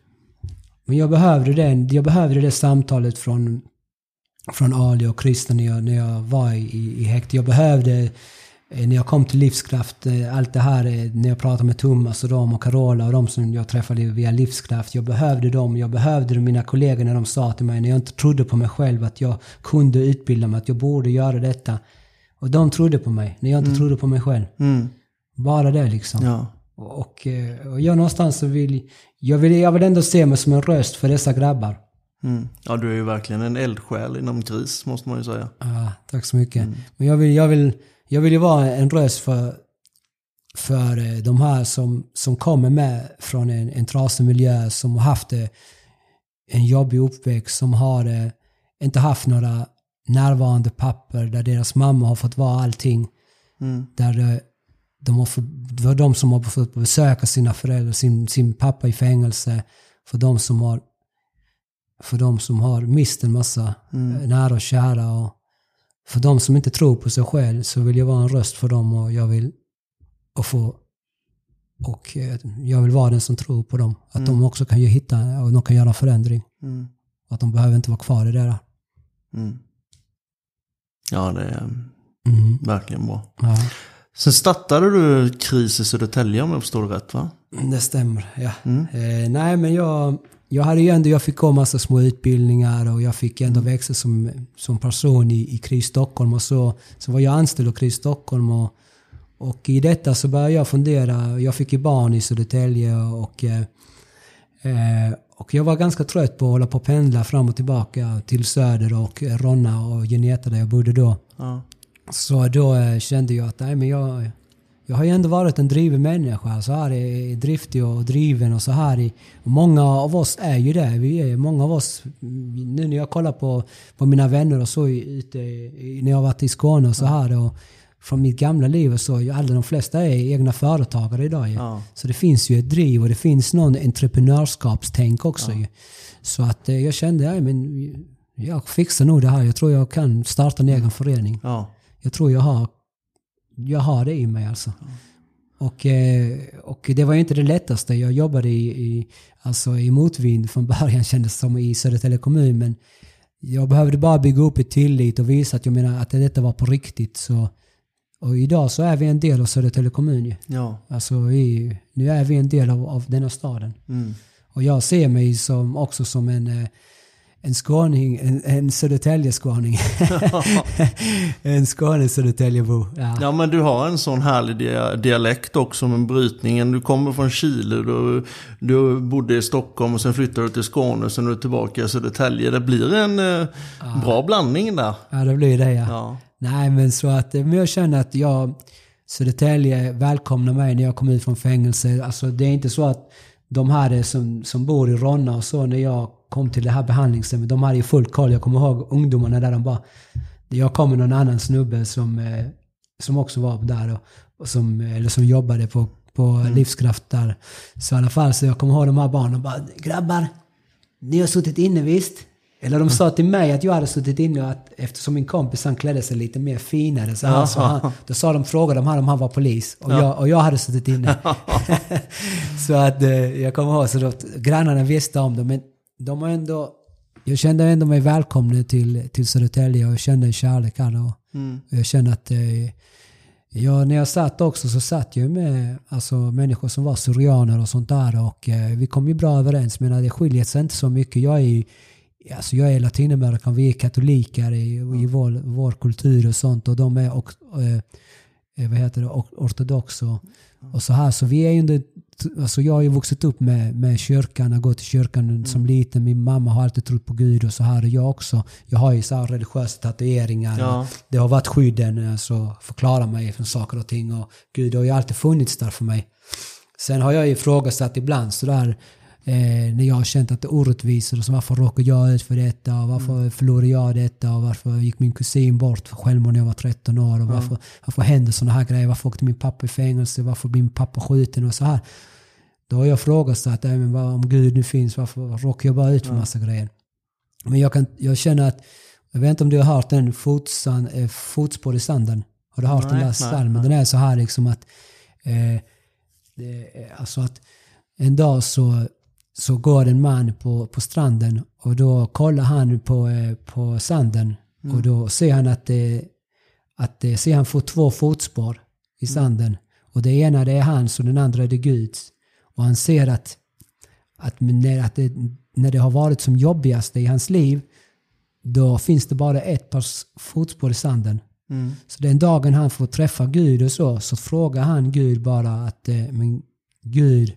men jag behövde det, jag behövde det samtalet från, från Ali och Christer när jag, när jag var i, i häkte. Jag behövde... När jag kom till Livskraft, allt det här, när jag pratade med Thomas och dem och Carola och de som jag träffade via Livskraft. Jag behövde dem, jag behövde mina kollegor när de sa till mig, när jag inte trodde på mig själv att jag kunde utbilda mig, att jag borde göra detta. Och de trodde på mig, när jag inte mm. trodde på mig själv. Mm. Bara det liksom. Ja. Och, och jag någonstans så vill jag, vill, jag vill ändå se mig som en röst för dessa grabbar. Mm. Ja, du är ju verkligen en eldsjäl inom kris, måste man ju säga. Ja, tack så mycket. Mm. Men jag vill... Jag vill Jag vill ju vara en röst för, för de här som, som kommer med från en, en trasig miljö, som har haft en jobbig uppväxt, som har inte haft några närvarande papper, där deras mamma har fått vara allting. Mm. Där de har fått, det var de som har fått besöka sina föräldrar, sin, sin pappa i fängelse, för de som har, för de som har mist en massa mm. nära och kära. Och för de som inte tror på sig själv så vill jag vara en röst för dem, och jag vill och få och jag vill vara den som tror på dem, att mm. de också kan ju hitta och de kan göra en förändring. Mm. Att de behöver inte vara kvar i det där. Mm. Ja, det är mm. verkligen bra. Ja. Sen startade du Kris i Södertälje, om jag förstår det rätt, va? Det stämmer, ja. Mm. Eh, nej, men jag Jag hade ju ändå, jag fick gå massa små utbildningar och jag fick ändå mm. växa som, som person i, i Kris Stockholm, och så, så var jag anställd av Kris Stockholm, och, och i detta så började jag fundera. Jag fick ju barn i Södertälje och, eh, och jag var ganska trött på att hålla på och pendla fram och tillbaka till Söder och Ronna och Geneta där jag bodde då. Mm. Så då eh, kände jag att nej, men jag, jag har ju ändå varit en driven människa. Så här är driftig och driven och så här. I, och många av oss är ju det. Vi är, många av oss, nu när jag kollar på, på mina vänner och så ute, när jag har varit i Skåne och så här. Och från mitt gamla liv så är ju alla de flesta är egna företagare idag. Ja. Så det finns ju ett driv och det finns någon entreprenörskapstänk också. Ja. Så att jag kände, ja, men jag fixar nog det här. Jag tror jag kan starta en egen förening. Ja. Jag tror jag har jag har det i mig alltså. Ja. Och, och det var ju inte det lättaste. Jag jobbade i, i, alltså i motvind från början, kändes som i Södertälje kommun, men jag behövde bara bygga upp ett tillit och visa att jag menar att detta var på riktigt. Så, och idag så är vi en del av Södertälje kommun. Ja. Alltså vi, nu är vi en del av, av denna staden. Mm. Och jag ser mig som, också som en En skåning, en, en Södertälje-skåning. En Skåne-Södertäljebo. Ja. Ja, men du har en sån härlig dialekt också med brytningen. Du kommer från Chile, du, du bodde i Stockholm och sen flyttade du till Skåne och sen är du tillbaka i Södertälje. Det blir en ja. bra blandning där. Ja, det blir det, ja. ja. Nej, men så att men jag känner att jag, Södertälje välkomnar mig när jag kommer ut från fängelse. Alltså det är inte så att de här som, som bor i Ronna och så, när jag kom till det här behandlingshemmet, de hade ju fullt koll. Jag kommer ihåg ungdomarna där, de bara, jag kom med någon annan snubbe som, eh, som också var där och, och som, eller som jobbade på, på mm. Livskraft där. Så i alla fall, så jag kommer ihåg de här barnen och bara, grabbar, ni har suttit inne visst? Eller de sa till mig att jag hade suttit inne och att eftersom min kompis han klädde sig lite mer finare så, här, så han, då sa de, frågade de här om han var polis och, ja. jag, och jag hade suttit inne. Så att eh, jag kommer ihåg, så då, grannarna visste om det, men de har ändå, jag kände ändå mig välkomna till, till Södertälje och jag kände kärlek här och, mm. och jag kände att eh, jag, när jag satt också så satt jag med alltså, människor som var syrianer och sånt där och eh, vi kom ju bra överens, men det skiljer sig inte så mycket. Jag är ju Alltså jag är latinamerikan, vi är katoliker i, i vår, vår kultur och sånt, och de är och, eh, vad heter det, ortodox och, och så här. Så vi är ju inte, alltså jag har ju vuxit upp med, med kyrkan, och gått till kyrkan mm. som liten. Min mamma har alltid trott på Gud och så här, och jag också. Jag har ju så här religiösa tatueringar. Ja. Det har varit skydden, alltså förklara mig från saker och ting, och Gud har ju alltid funnits där för mig. Sen har jag ju ifrågasatt ibland så där, Eh, när jag har känt att det är orättvisor och så varför råkar jag ut för detta och varför mm. förlorade jag detta och varför gick min kusin bort för självmord när jag var tretton år och mm. varför, varför hände sådana här grejer, varför åkte min pappa i fängelse, varför blev min pappa skjuten och så här. Då har jag frågat så att äh, men vad, om Gud nu finns, varför råkar jag bara ut för massa mm. grejer. Men jag, kan, jag känner att, jag vet inte om du har hört den fotsan, eh, fotspår i sanden, har du hört nej, den där salmen? Den är så här liksom att eh, det, alltså att en dag så så går en man på, på stranden och då kollar han på, eh, på sanden mm. och då ser han att, det, att det, ser han får två fotspår i sanden mm. och det ena det är hans och den andra är det Guds, och han ser att, att, när, att det, när det har varit som jobbigast i hans liv, då finns det bara ett par fotspår i sanden. Mm. Så den dagen han får träffa Gud och så, så frågar han Gud bara att eh, men Gud,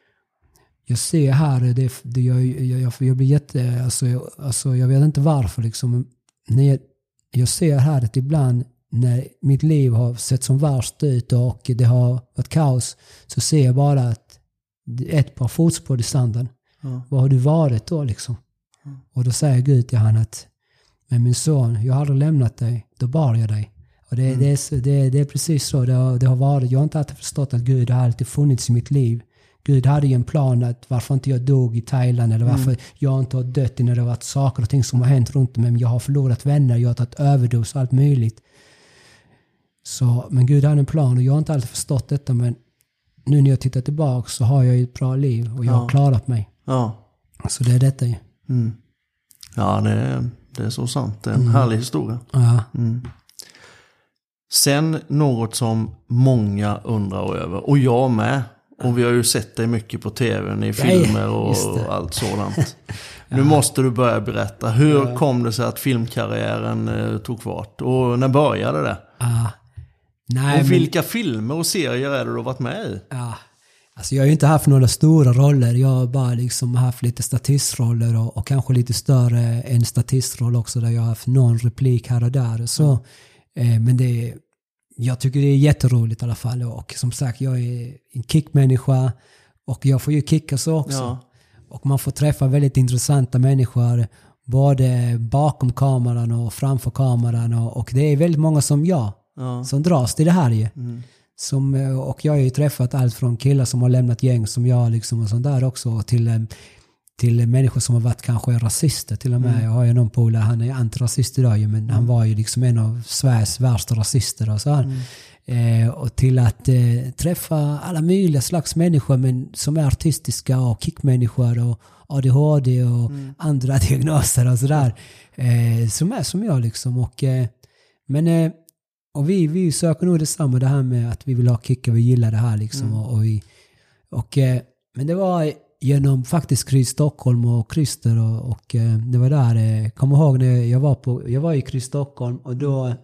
jag ser här, det, det, jag, jag, jag, jag blir jätte, alltså jag, alltså jag vet inte varför liksom, när jag, jag ser här att ibland när mitt liv har sett som värst ut och det har varit kaos, så ser jag bara att ett par fotspår i sanden. Mm. Vad har du varit då liksom? Mm. Och då säger Gud till han att, men min son, jag har aldrig lämnat dig, då bar jag dig. Och det, mm. det, är, det, det är precis så det har, det har varit. Jag har inte alltid förstått att Gud har alltid funnits i mitt liv. Gud hade ju en plan att varför inte jag dog i Thailand, eller varför mm. jag inte har dött när det har varit saker och ting som har hänt runt mig. Men jag har förlorat vänner, jag har tagit överdos och allt möjligt. Så, men Gud hade en plan och jag har inte alltid förstått detta, men nu när jag tittar tillbaka så har jag ett bra liv och jag ja. har klarat mig. Ja. Så det är detta ju. Mm. Ja, det är, det är så sant. Det är en mm. härlig historia. Ja. Mm. Sen något som många undrar över, och jag med. Och vi har ju sett dig mycket på tvn, i filmer och allt sådant. Ja. Nu måste du börja berätta. Hur ja. kom det sig att filmkarriären eh, tog fart? Och när började det? Ja. Nej, och vilka men... filmer och serier är det du har varit med i? Ja. Alltså jag har ju inte haft några stora roller. Jag har bara liksom haft lite statistroller och, och kanske lite större än statistroll också, där jag har haft någon replik här och där. Så, eh, men det, jag tycker det är jätteroligt i alla fall. Och som sagt, jag är en kickmänniska och jag får ju kicka så också. Ja. Och man får träffa väldigt intressanta människor både bakom kameran och framför kameran. Och, och det är väldigt många som jag ja. som dras till det här ju. Mm. Som, och jag har ju träffat allt från killar som har lämnat gäng som jag liksom och sånt där också till, till människor som har varit kanske rasister till och med. Mm. Jag har ju någon polare, han är antirasist idag ju, men mm. han var ju liksom en av Sveriges värsta rasister och så här. Mm. Eh, och till att eh, träffa alla möjliga slags människor men som är artistiska och kickmänniskor och A D H D och mm. andra diagnoser och sådär. Eh, som är som jag liksom. Och, eh, men eh, och vi, vi söker nog detsamma, det här med att vi vill ha kickar, vi gillar det här liksom. Mm. Och, och vi, och, eh, men det var genom faktiskt Kry Stockholm och Christer och, och eh, det var där, eh, kom ihåg när jag var, på, jag var i Kry Stockholm och då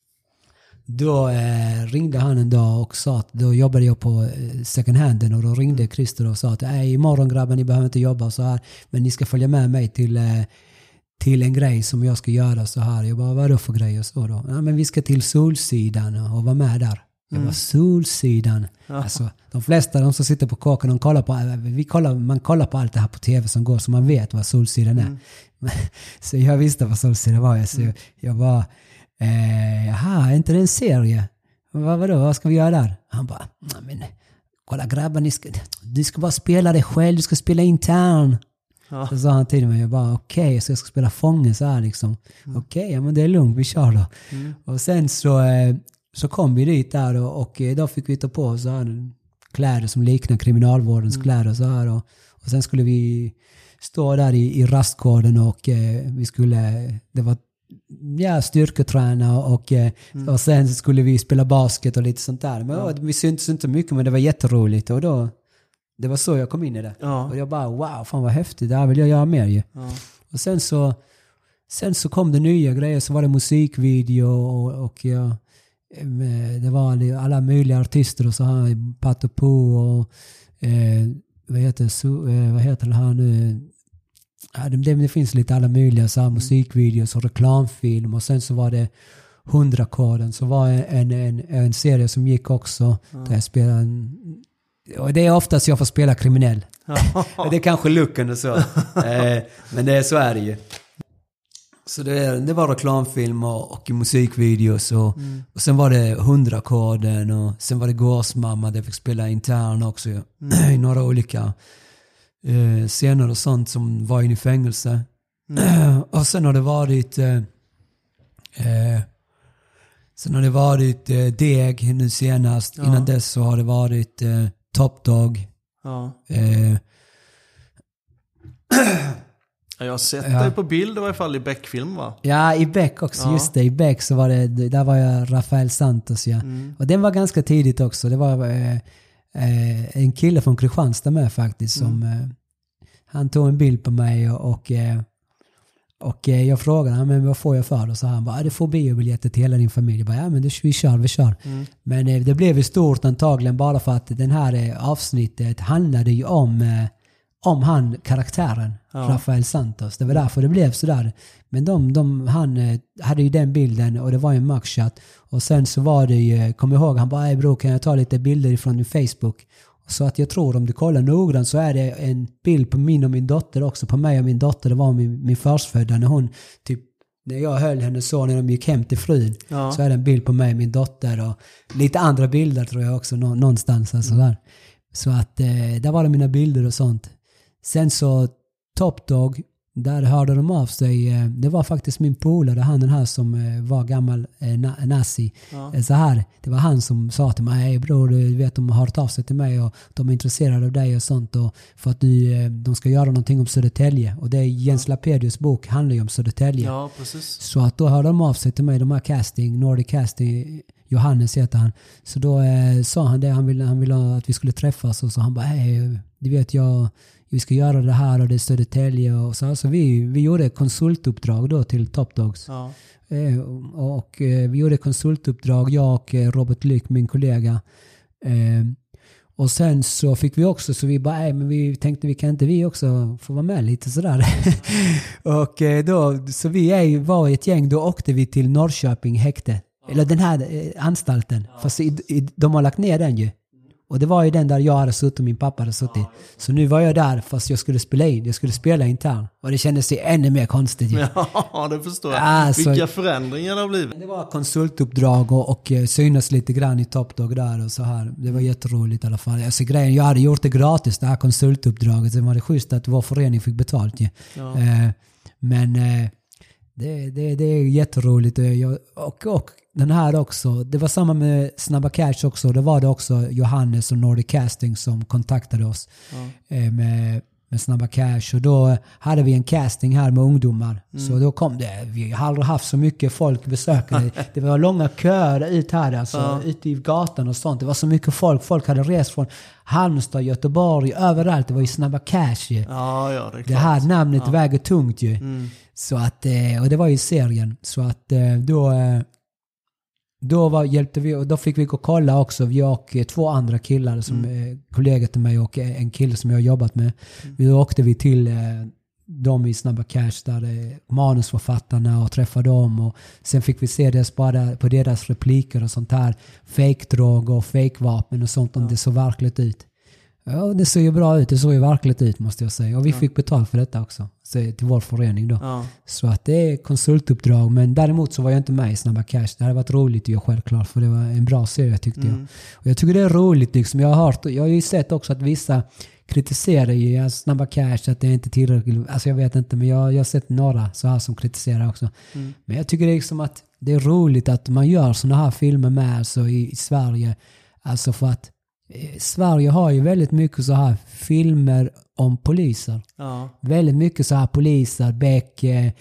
Då eh, ringde han en dag och sa att då jobbade jag på eh, second handen och då ringde Christer och sa att nej, imorgon grabbar, ni behöver inte jobba så här, men ni ska följa med mig till, eh, till en grej som jag ska göra så här. Jag bara, vad är det för grej? Och så då? Ja, men vi ska till Solsidan och vara med där. Jag bara, mm. Solsidan. Ja. Alltså, de flesta de som sitter på kåken, de kollar på, vi kollar, man kollar på allt det här på tv som går så man vet vad Solsidan är. Mm. Så jag visste vad Solsidan var. Så mm. jag, jag bara Eh, jaha, är inte det en serie? Vad, vadå, vad ska vi göra där? Han bara, men kolla grabbar, ni ska, du ska bara spela dig själv, du ska spela intern. Ja. Så sa han till mig, jag bara okej, okay, så jag ska spela fånge så här liksom. Mm. Okej, okay, ja, men det är lugnt, vi kör då. Mm. Och sen så, eh, så kom vi dit där och, och då fick vi ta på så här kläder som liknar kriminalvårdens mm. kläder så här. Och, och sen skulle vi stå där i, i rastgården och eh, vi skulle, det var ja, styrketräna och, mm. och sen skulle vi spela basket och lite sånt där. Men ja. Vi syntes inte mycket, men det var jätteroligt och då, det var så jag kom in i det. Ja. Och jag bara, wow, fan vad häftigt, det här vill jag göra mer ju. Ja. Och sen så sen så kom det nya grejer, så var det musikvideo och, och ja, det var alla möjliga artister och så här, Pato Po och eh, vad heter så, eh, vad heter det här nu? Ja, det, det finns lite alla möjliga så här, musikvideos och reklamfilm och sen så var det hundrakoden, så var en, en, en serie som gick också mm. där jag spelade en, och det är oftast jag får spela kriminell. Det är kanske looken och så. eh, men det är så är det ju. Så det, det var reklamfilm och, och musikvideos och, mm. och sen var det hundrakoden och sen var det Gåsmamma där jag fick spela intern också mm. i några olika Eh, scener och sånt som var inne i fängelse. Mm. Och sen har det varit eh, eh, sen har det varit eh, Deg nu senast. Ja. Innan dess så har det varit eh, Top Dog. Ja. Eh, jag har sett ja. dig på bild i varje fall i Beck-film, va? Ja, i Beck också. Ja. Just det, i Beck så var det, där var jag Rafael Santos, ja. Mm. Och den var ganska tidigt också. Det var eh, Eh, en kille från Kristianstad med faktiskt som mm. eh, han tog en bild på mig och, och, eh, och eh, jag frågade han, men vad får jag för det? Och så han bara, det får biobiljetter till hela din familj. Jag bara, ja men det, vi kör, vi kör. Mm. Men eh, det blev ju stort antagligen bara för att den här eh, avsnittet handlade ju om eh, om han, karaktären ja. Rafael Santos. Det var därför det blev sådär. Men de, de, han eh, hade ju den bilden och det var ju en mugshot. Och sen så var det ju, kom ihåg, han bara, bror, kan jag ta lite bilder ifrån din Facebook? Så att jag tror, om du kollar noggrant så är det en bild på min och min dotter också. På mig och min dotter, det var min, min förstfödda när hon typ, när jag höll henne så när de gick hem till frun ja. Så är det en bild på mig och min dotter och lite andra bilder tror jag också nå, någonstans. Alltså mm. där. Så att eh, där var det mina bilder och sånt. Sen så Top Dog, där hörde de av sig. Det var faktiskt min polare, han den här som var gammal eh, nazi. Ja. Så här, det var han som sa till mig, hej bror, du vet, de har hört av sig till mig och de är intresserade av dig och sånt. Och för att du, de ska göra någonting om Södertälje. Och det är Jens ja. Lapedius bok, handlar ju om Södertälje. Ja, precis. Så att då hörde de av sig till mig, de här casting, Nordic Casting, Johannes heter han. Så då eh, sa han det, han ville, han ville att vi skulle träffas. Och så han bara, hej, du vet jag... vi ska göra det här och det är Södertälje och så. Så vi, vi gjorde konsultuppdrag då till Top Dogs. Ja. Eh, och, och eh, vi gjorde konsultuppdrag, jag och eh, Robert Lyck, min kollega. Eh, och sen så fick vi också, så vi bara, nej, men vi tänkte vi kan inte vi också få vara med lite sådär. och eh, då, så vi är, var ett gäng, då åkte vi till Norrköping häkte. Eller den här eh, anstalten. Ja. Fast i, i, de har lagt ner den ju. Och det var ju den där jag hade suttit och min pappa hade suttit. Ja. Så nu var jag där fast jag skulle spela in. Jag skulle spela intern. Och det kändes ju ännu mer konstigt. Ju. Ja, det förstår jag. Alltså, vilka förändringar det har blivit. Det var konsultuppdrag och, och synas lite grann i Top Dog där och så här. Det var jätteroligt i alla fall. Alltså, grejen, jag hade gjort det gratis, det här konsultuppdraget. Det var det schysst att vår förening fick betalt. Ju. Ja. Eh, men eh, det, det, det är jätteroligt. Jag, och, och den här också, det var samma med Snabba Cash också. Det var det också Johannes och Nordic Casting som kontaktade oss ja. eh, med, med Snabba Cash. Och då hade vi en casting här med ungdomar. Mm. Så då kom det, vi har aldrig haft så mycket folk besökare. Det var långa köer ut här, alltså, ja. ute i gatan och sånt. Det var så mycket folk. Folk hade rest från Halmstad, Göteborg, överallt. Det var ju Snabba Cash ju. Ja, ja, det är klart. Det här namnet ja. väger tungt ju. Mm. Så att, och det var ju serien. Så att då... Då var, hjälpte vi, och då fick vi gå och kolla också. Vi och två andra killar som mm. är kollegor till mig och en kille som jag har jobbat med. Mm. Då åkte vi till eh, dem i Snabba Cash där eh, manusförfattarna och träffade dem. Och sen fick vi se deras, bara på deras repliker och sånt här. Fake-drog och fake-vapen och sånt om ja. det såg verkligt ut. Ja, det såg ju bra ut. Det såg ju verkligt ut måste jag säga. Och vi ja. fick betalt för detta också. Så, till vår förening då. Ja. Så att det är konsultuppdrag. Men däremot så var jag inte med i Snabba Cash. Det hade varit roligt ju självklart. För det var en bra serie tyckte mm. jag. Och jag tycker det är roligt liksom. Jag har hört, jag har ju sett också att vissa kritiserar ju Snabba Cash. Att det är inte tillräckligt. Alltså jag vet inte. Men jag, jag har sett några så här som kritiserar också. Mm. Men jag tycker det är liksom att det är roligt att man gör såna här filmer med alltså i, i Sverige. Alltså för att Sverige har ju väldigt mycket så här filmer om poliser. Ja. Väldigt mycket så här poliser, Beck, ja.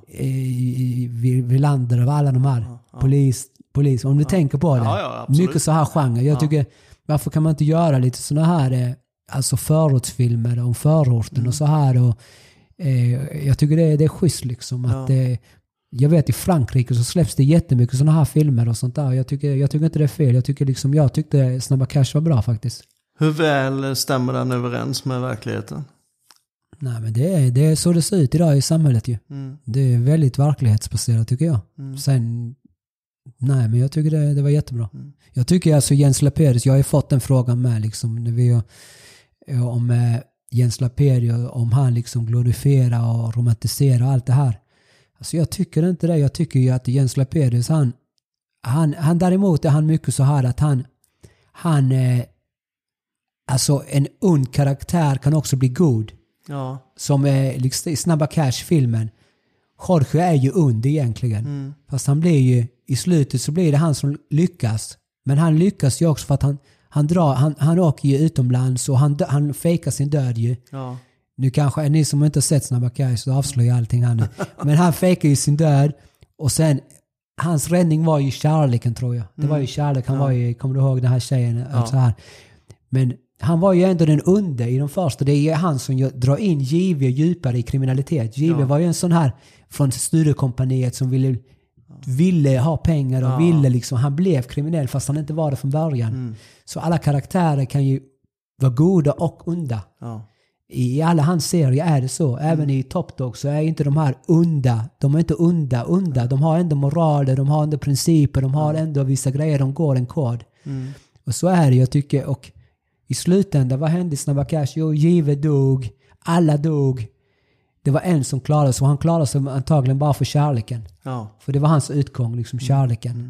Wilander och alla de här ja. Ja. polis, polis. Om du ja. tänker på det. Ja, ja, mycket så här genre. Jag ja. tycker, varför kan man inte göra lite såna här alltså förortsfilmer om förorten mm. och så här. Och, eh, jag tycker det, det är schysst liksom. Ja. Att eh, jag vet i Frankrike så släpps det jättemycket såna här filmer och sånt där. Jag tycker, jag tycker inte det är fel. Jag tycker liksom, jag tyckte Snabba Cash var bra faktiskt. Hur väl stämmer den överens med verkligheten? Nej men det är, det är så det ser ut idag i samhället ju. Mm. Det är väldigt verklighetsbaserat tycker jag. Mm. Sen, nej men jag tycker det, det var jättebra. Mm. Jag tycker alltså Jens Laperius, jag har ju fått en fråga med liksom, när vi, om eh, Jens Laperius, om han liksom glorifierar och romantiserar allt det här. Alltså jag tycker inte det. Jag tycker ju att Jens Laperius, han, han, han däremot är han mycket så här att han, han eh, alltså en ond karaktär kan också bli god. Ja. Som är liksom i Snabba Cash-filmen. Jorge är ju ond egentligen. Mm. Fast han blir ju, i slutet så blir det han som lyckas. Men han lyckas ju också för att han, han, drar, han, han åker ju utomlands och han, han fejkar sin död ju. Ja. Nu kanske är ni som inte har sett Snabba Cash så avslöjar allting här nu. Men han fejkar ju sin död. Och sen, hans räddning var ju kärleken tror jag. Det mm. var ju kärlek. Han ja. var ju, kommer du ihåg den här tjejen? Ja. Så här. Men han var ju ändå den onde i de första. Det är han som drar in J V djupare i kriminalitet. J V ja. var ju en sån här från studiekompaniet som ville, ville ha pengar och ja. ville liksom, han blev kriminell fast han inte var det från början. Mm. Så alla karaktärer kan ju vara goda och onda. Ja. I alla hans serier är det så. Även mm. i Top Dog så är inte de här onda. De är inte onda, onda. De har ändå moraler, de har ändå principer, de har ändå vissa grejer, de går en kod. Mm. Och så är det jag tycker. Och i slutändan, vad hände i Snabba Cash? Jo, J V dog, alla dog. Det var en som klarade sig och han klarade sig antagligen bara för kärleken. Ja. För det var hans utgång, liksom kärleken.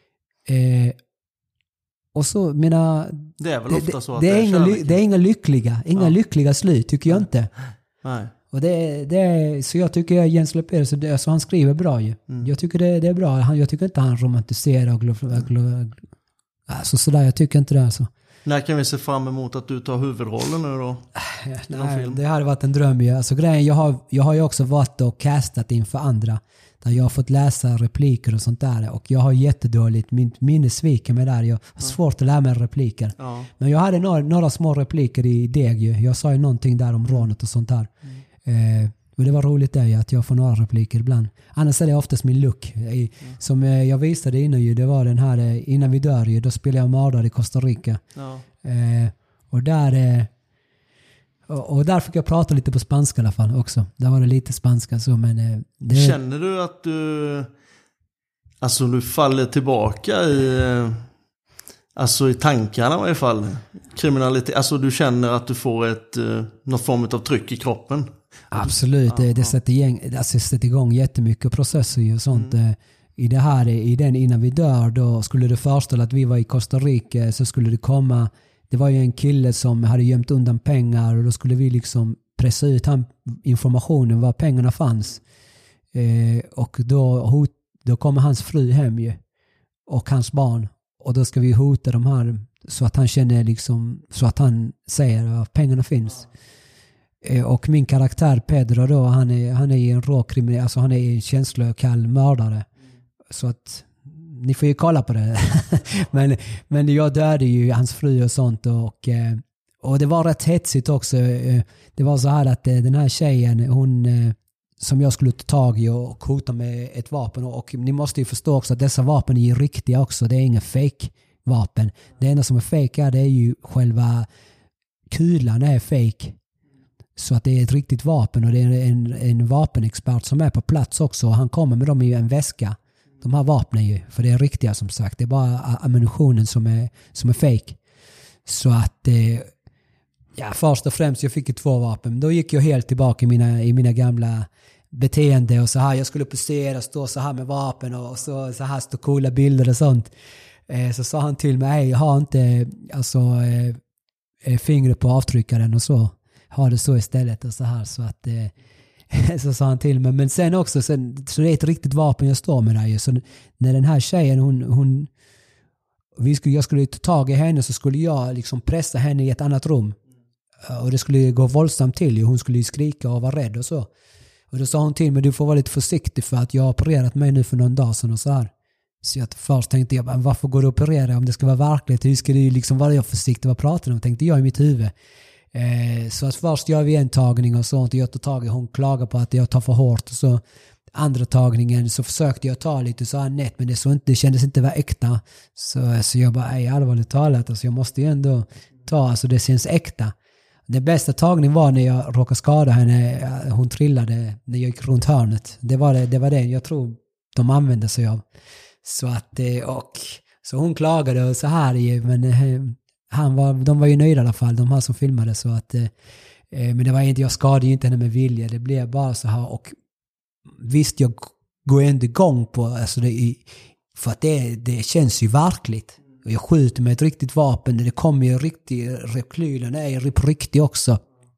Mm. Eh, Och så mina det är väl ofta det, så att det, det är, är inga, det är inga lyckliga inga ja. lyckliga slut tycker jag inte. Nej. Och det, det är, så jag tycker Jens Laperius så, det, så han skriver bra ju. Mm. Jag tycker det, det är bra. Han, jag tycker inte han romantiserar och glo, glo, alltså sådär, jag tycker inte det alltså. När kan vi se fram emot att du tar huvudrollen nu då? Nej, film? Det hade varit en dröm ju. Alltså grejen, jag har, jag har ju också varit och castat inför andra. Där jag har fått läsa repliker och sånt där. Och jag har jättedåligt, min minne sviker mig där. Jag har ja. svårt att lära mig repliker. Ja. Men jag hade några, några små repliker i Deg ju. Jag sa ju någonting där om rånet och sånt där. Mm. Eh, och det var roligt där ju, att jag får några repliker ibland. Annars är det oftast min look. I, mm. Som eh, jag visade innan ju, det var den här, eh, innan vi dör ju, då spelade jag mördare i Costa Rica. Ja. Eh, och där... Eh, Och där fick jag prata lite på spanska i alla fall också. Där var det lite spanska så, men... Det... Känner du att du... alltså du faller tillbaka i, alltså i tankarna i varje fall. Kriminalitet, alltså du känner att du får ett, någon form av tryck i kroppen. Absolut, det, det sätter, gäng, alltså sätter igång jättemycket processer och sånt. Mm. I det här, i den innan vi dör, då skulle det föreställa att vi var i Costa Rica, så skulle det komma, det var ju en kille som hade gömt undan pengar och då skulle vi liksom pressa ut han informationen var pengarna fanns. Eh, och då, hot, då kommer hans fru hem ju, och hans barn, och då ska vi hota de här så att han känner liksom, så att han säger att pengarna finns. Eh, och min karaktär Pedro då, han är, han är en rå kriminell, alltså han är en känslokall mördare. Så att ni får ju kolla på det. men, men jag dödade ju hans fru och sånt, och, och det var rätt hetsigt också. Det var så här att den här tjejen, hon som jag skulle ta tag i och hota med ett vapen, och ni måste ju förstå också att dessa vapen är riktiga också, det är inga fake vapen. Det enda som är fake är, det är ju själva kulan är fake. Så att det är ett riktigt vapen, och det är en, en vapenexpert som är på plats också, och han kommer med dem i en väska. De här vapnen ju, för det är riktiga som sagt. Det är bara ammunitionen som är, som är fake. Så att, eh, ja, först och främst jag fick ju två vapen. Då gick jag helt tillbaka i mina, i mina gamla beteende och så här. Jag skulle posera, stå så här med vapen och så, så här stå coola bilder och sånt. Eh, så sa han till mig, jag har inte alltså, eh, fingret på avtryckaren och så. Ha det så istället och så här. Så att... Eh, så sa han till mig. Men sen också, sen, så det är ett riktigt vapen jag står med där. Så när den här tjejen, hon, hon vi skulle, jag skulle ta tag i henne, så skulle jag liksom pressa henne i ett annat rum. Och det skulle gå våldsamt till. Hon skulle skrika och vara rädd och så. Och då sa hon till mig, du får vara lite försiktig för att jag har opererat mig nu för någon dag sedan och så här. Så jag först tänkte jag, varför går du att operera om det ska vara verkligt? Hur ska du liksom vara jag försiktig? Vad pratar du om? Tänkte jag i mitt huvud. Eh, så att först gör vi en tagning och sånt, och jag tar tag i, hon klagar på att jag tar för hårt, och så andra tagningen så försökte jag ta lite så här nätt, men det, så inte, det kändes inte vara äkta, så, så jag bara, ej, allvarligt talat, alltså jag måste ju ändå ta, alltså det känns äkta. Den bästa tagningen var när jag råkade skada henne, hon trillade när jag gick runt hörnet, det var det, det var det jag tror de använde sig av. Så att, och så hon klagade och så här, men han var, de var ju nöjda i alla fall, de här som filmade, så att eh, men det var inte, jag skadade ju inte henne med vilja, det blev bara så här, och visst jag går ändå igång på, alltså det, för att det, det känns ju verkligt, och jag skjuter med ett riktigt vapen, det kommer ju riktigt, reklylen är på riktigt också,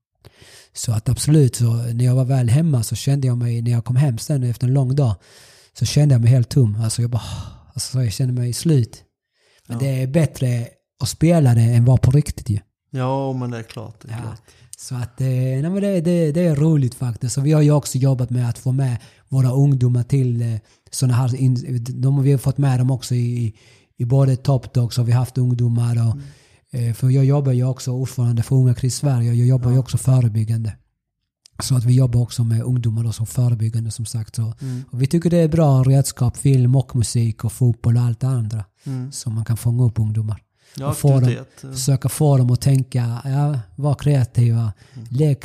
så att absolut, så när jag var väl hemma så kände jag mig, när jag kom hem sen efter en lång dag, så kände jag mig helt tom, alltså jag bara, alltså jag kände mig slut, men ja. Det är bättre och spela det än var på riktigt ju. Ja, men det är klart. Det är ja. klart. Så att nej, men det, det, det är roligt faktiskt. Så vi har ju också jobbat med att få med våra ungdomar till sådana här, de har vi fått med dem också i, i både Top Dogs har vi haft ungdomar. Och, mm. För jag jobbar ju också ordförande för Unga Kris Sverige, och jag jobbar ja. ju också förebyggande. Så att vi jobbar också med ungdomar och så förebyggande som sagt. Så. Mm. Och vi tycker det är bra redskap, film och musik och fotboll och allt det andra. Mm. Så man kan fånga upp ungdomar. Ja, och få dem, försöka få dem att tänka, ja, vara kreativa. Mm. Lägg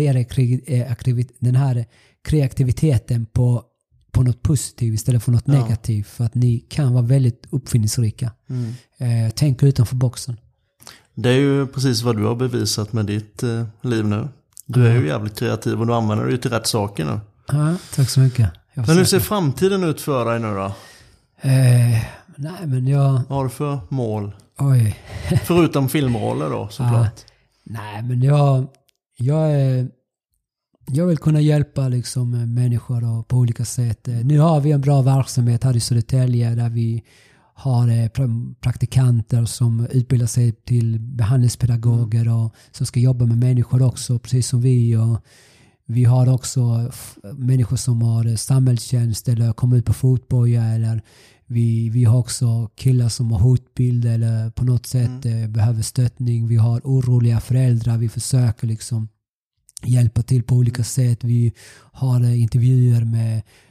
kre, den här kreativiteten på, på något positivt istället för något ja. negativt. För att ni kan vara väldigt uppfinningsrika. Mm. Eh, tänk utanför boxen. Det är ju precis vad du har bevisat med ditt eh, liv nu. Du är ju jävligt kreativ och du använder det ju till rätt saker nu. Ja, tack så mycket. Men hur ser framtiden ut för dig nu då? Eh, nej, men jag... Vad har du för mål? Oj. Förutom filmroller då, såklart. Ja, nej, men jag... Jag, är, jag vill kunna hjälpa liksom, människor då, på olika sätt. Nu har vi en bra verksamhet här i Södertälje där vi har eh, praktikanter som utbildar sig till behandlingspedagoger mm. och som ska jobba med människor också, precis som vi. Och vi har också f- människor som har samhällstjänst eller kommer ut på fotboja, eller vi, vi har också killar som har hotbild eller på något sätt mm. eh, behöver stöttning. Vi har oroliga föräldrar, vi försöker liksom hjälpa till på olika sätt. Vi har eh, intervjuer med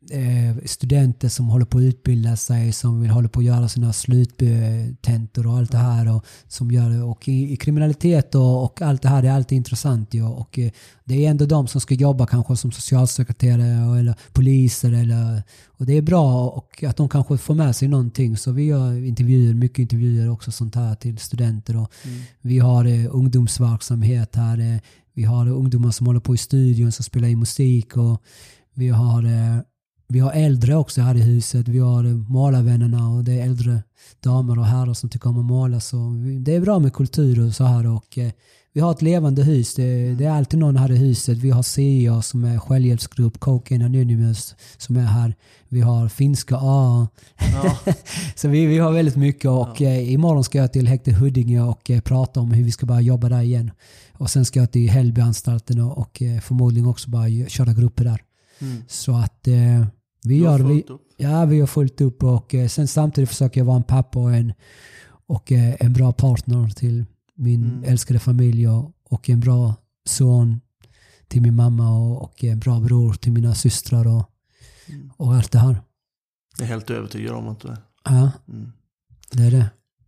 eh, studenter som håller på att utbilda sig, som vill hålla på att göra sina sluttentor och allt det här. Och, som gör, och i, i kriminalitet och, och allt det här, det är alltid intressant. Ja. Och eh, det är ändå de som ska jobba kanske som socialsekreterare eller poliser. Eller, och det är bra och att de kanske får med sig någonting. Så vi gör intervjuer, mycket intervjuer också sånt här till studenter. Och mm. Vi har eh, ungdomsverksamhet här. Eh, vi har eh, ungdomar som håller på i studion som spelar i musik. Och vi har, eh, vi har äldre också här i huset. Vi har eh, målarvännerna och det är äldre damer och herrar som tycker om att måla. Så vi, det är bra med kultur och så här. Och eh, vi har ett levande hus. Det, det är alltid någon här i huset. Vi har C A som är självhjälpsgrupp, Cocaine Anonymous som är här. Vi har finska A. Ja. Så vi, vi har väldigt mycket. Och ja. eh, imorgon ska jag till häktet Huddinge och eh, prata om hur vi ska bara jobba där igen. Och sen ska jag till Hällbyanstalten och, och eh, förmodligen också bara köra grupper där. Mm. Så att eh, vi gör vi, ja, vi har fullt upp och eh, sen samtidigt försöker jag vara en pappa och en, och, eh, en bra partner till min mm. älskade familj och, och en bra son till min mamma och, och en bra bror till mina systrar och, mm. och allt det här. Jag är helt övertygad om att du är. Ja, mm. det är det.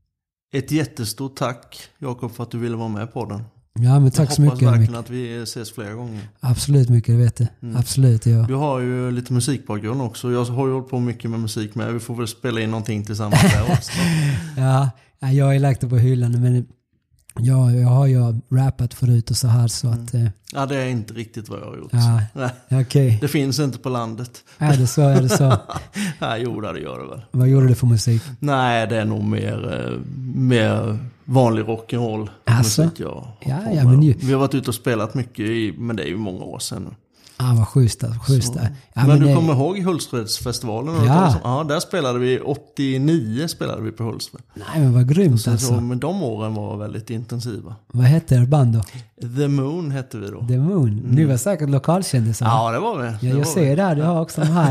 Ett jättestort tack Jakob för att du ville vara med på den. Ja, men tack så mycket. Jag hoppas verkligen att vi ses flera gånger. Absolut mycket, det vet jag. Mm. Absolut, ja. Du har ju lite musikbakgrund också. Jag har ju hållit på mycket med musik med. Vi får väl spela in någonting tillsammans där också. Ja, jag har lagt det på hyllan. Men ja, jag har ju rappat förut och så här. Så mm. att, eh. Ja, det är inte riktigt vad jag har gjort. Ja, okay. Det finns inte på landet. Är det så? Är det så? Nej, jo, det gör det väl. Vad gjorde du för musik? Nej, det är nog mer, mer vanlig rock'n'roll alltså? musik. Ja, ja, ja, men ju. Vi har varit ute och spelat mycket, i, men det är ju många år sedan. Ja, ah, vad schysst. schysst ja, men, men du det... kommer ihåg Hultsfredsfestivalen? Ja. Ja, där spelade vi, åttionio spelade vi på Hultsfred. Nej, men vad grymt så, alltså. Så, men de åren var väldigt intensiva. Vad hette er band då? The Moon hette vi då. The Moon. Mm. Ni var säkert lokalkändisar. Ja, det var vi. Ja, jag var ser vi. där, du har också de här,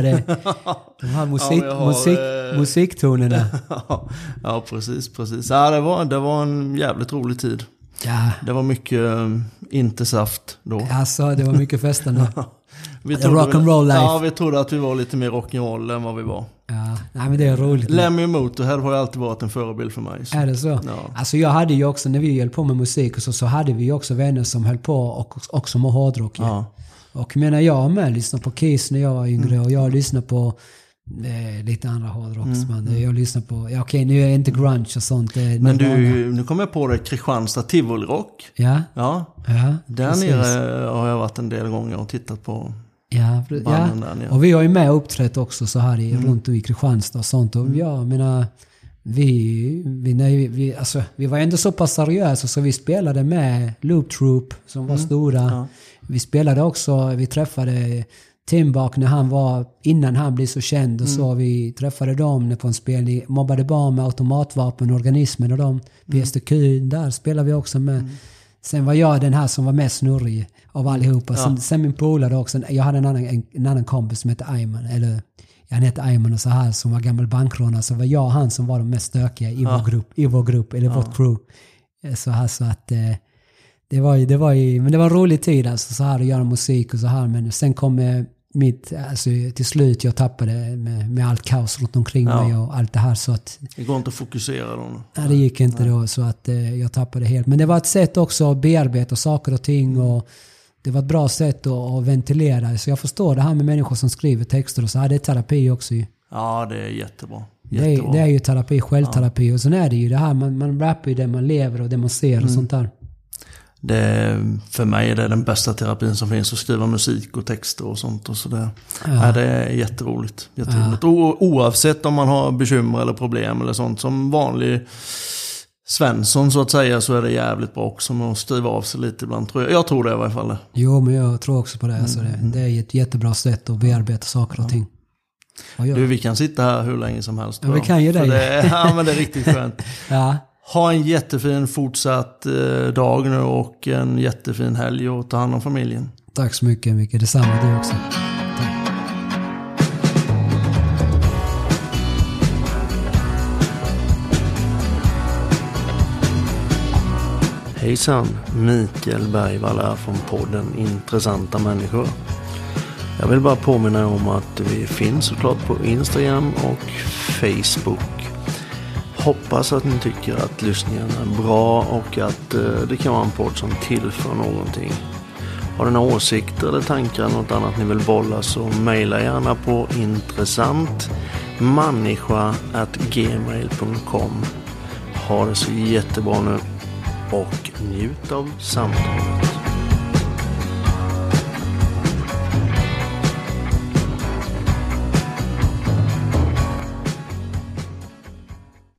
de här musik, ja, har, musik, eh... musiktonerna. Ja, precis, precis. Ja, det var, det var en jävligt rolig tid. Ja. Det var mycket um, inte saft då. Alltså, det var mycket festande. Vi rock and roll life. Ja, vi trodde att vi var lite mer rock'n'roll än vad vi var. Ja, nej men det är roligt. Lemmy Motorhead har ju alltid varit en förebild för mig. Så. Är det så? Ja. Alltså jag hade ju också, när vi höll på med musik och så, så hade vi ju också vänner som höll på och också med hårdrock. Ja. Och menar jag med lyssnade på Kiss när jag var yngre mm. och jag lyssnade på eh, lite andra hårdrocksband. Mm. Jag lyssnade på, ja okej nu är jag inte grunge och sånt. Men du, nu kommer jag på det, Kristianstad Tivoli Rock. Ja. Ja. ja där precis. Nere har jag varit en del gånger och tittat på. Ja, ja. Och vi har ju med uppträtt också så här i, mm. runt i Kristianstad och sånt. Och mm. jag menar, vi, vi, nej, vi, alltså, vi var ändå så pass seriösa så vi spelade med Loop Troop som var mm. stora. Ja. Vi spelade också, vi träffade Timbuk när han var, innan han blev så känd och mm. så. Vi träffade dem på en spelning, mobbade barn med automatvapen, organismen och dem. B S D Q, där spelade vi också med. Mm. Sen var jag den här som var mest snurrig av allihopa. Sen, ja. sen min polare också. Jag hade en annan, en, en annan kompis som hette Ayman. Eller han hette Ayman och så här. Som var gammal bankrånare. Så var jag han som var de mest stökiga i, ja. vår, grupp, i vår grupp. Eller ja. vårt crew. Så här så att... Eh, det var ju... Det var ju men det var en rolig tid alltså. Så här att göra musik och så här. Men sen kom eh, mitt... Alltså till slut jag tappade med, med allt kaos runt omkring ja. mig och allt det här så att... Det går inte att fokusera då? Nej, det gick inte Nej. då så att eh, jag tappade helt. Men det var ett sätt också att bearbeta saker och ting och det var ett bra sätt att, att ventilera. Så jag förstår det här med människor som skriver texter och så här. Det är terapi också ju. Ja, det är jättebra. jättebra. Det, är, det är ju terapi, självterapi ja. och sen är det ju det här, man, man rappar ju det man lever och det man ser och mm. sånt där. Det, för mig är det den bästa terapin som finns, att skriva musik och texter och sånt och sådär. Ja. Ja, det är jätteroligt. jätteroligt. Ja. O, oavsett om man har bekymmer eller problem eller sånt, som vanlig Svensson så att säga, så är det jävligt bra också med att skriva av sig lite ibland. Tror jag. jag tror det i varje fall. Jo, men jag tror också på det. Alltså det, det är ett jättebra sätt att bearbeta saker och ting. Och du, vi kan sitta här hur länge som helst. Ja, vi kan ju det. det. Ja, men det är riktigt skönt. Ja. Ha en jättefin fortsatt eh, dag nu och en jättefin helg och ta hand om familjen. Tack så mycket, Micke. Detsamma du också. Tack. Hejsan, Mikael Bergvall är från podden Intressanta människor. Jag vill bara påminna om att vi finns såklart på Instagram och Facebook. Hoppas att ni tycker att lyssningen är bra och att eh, det kan vara en podd som tillför någonting. Har ni några åsikter eller tankar eller något annat ni vill bolla, så mejla gärna på intressant människa at gmail punkt com. Ha det så jättebra nu och njut av samtalet.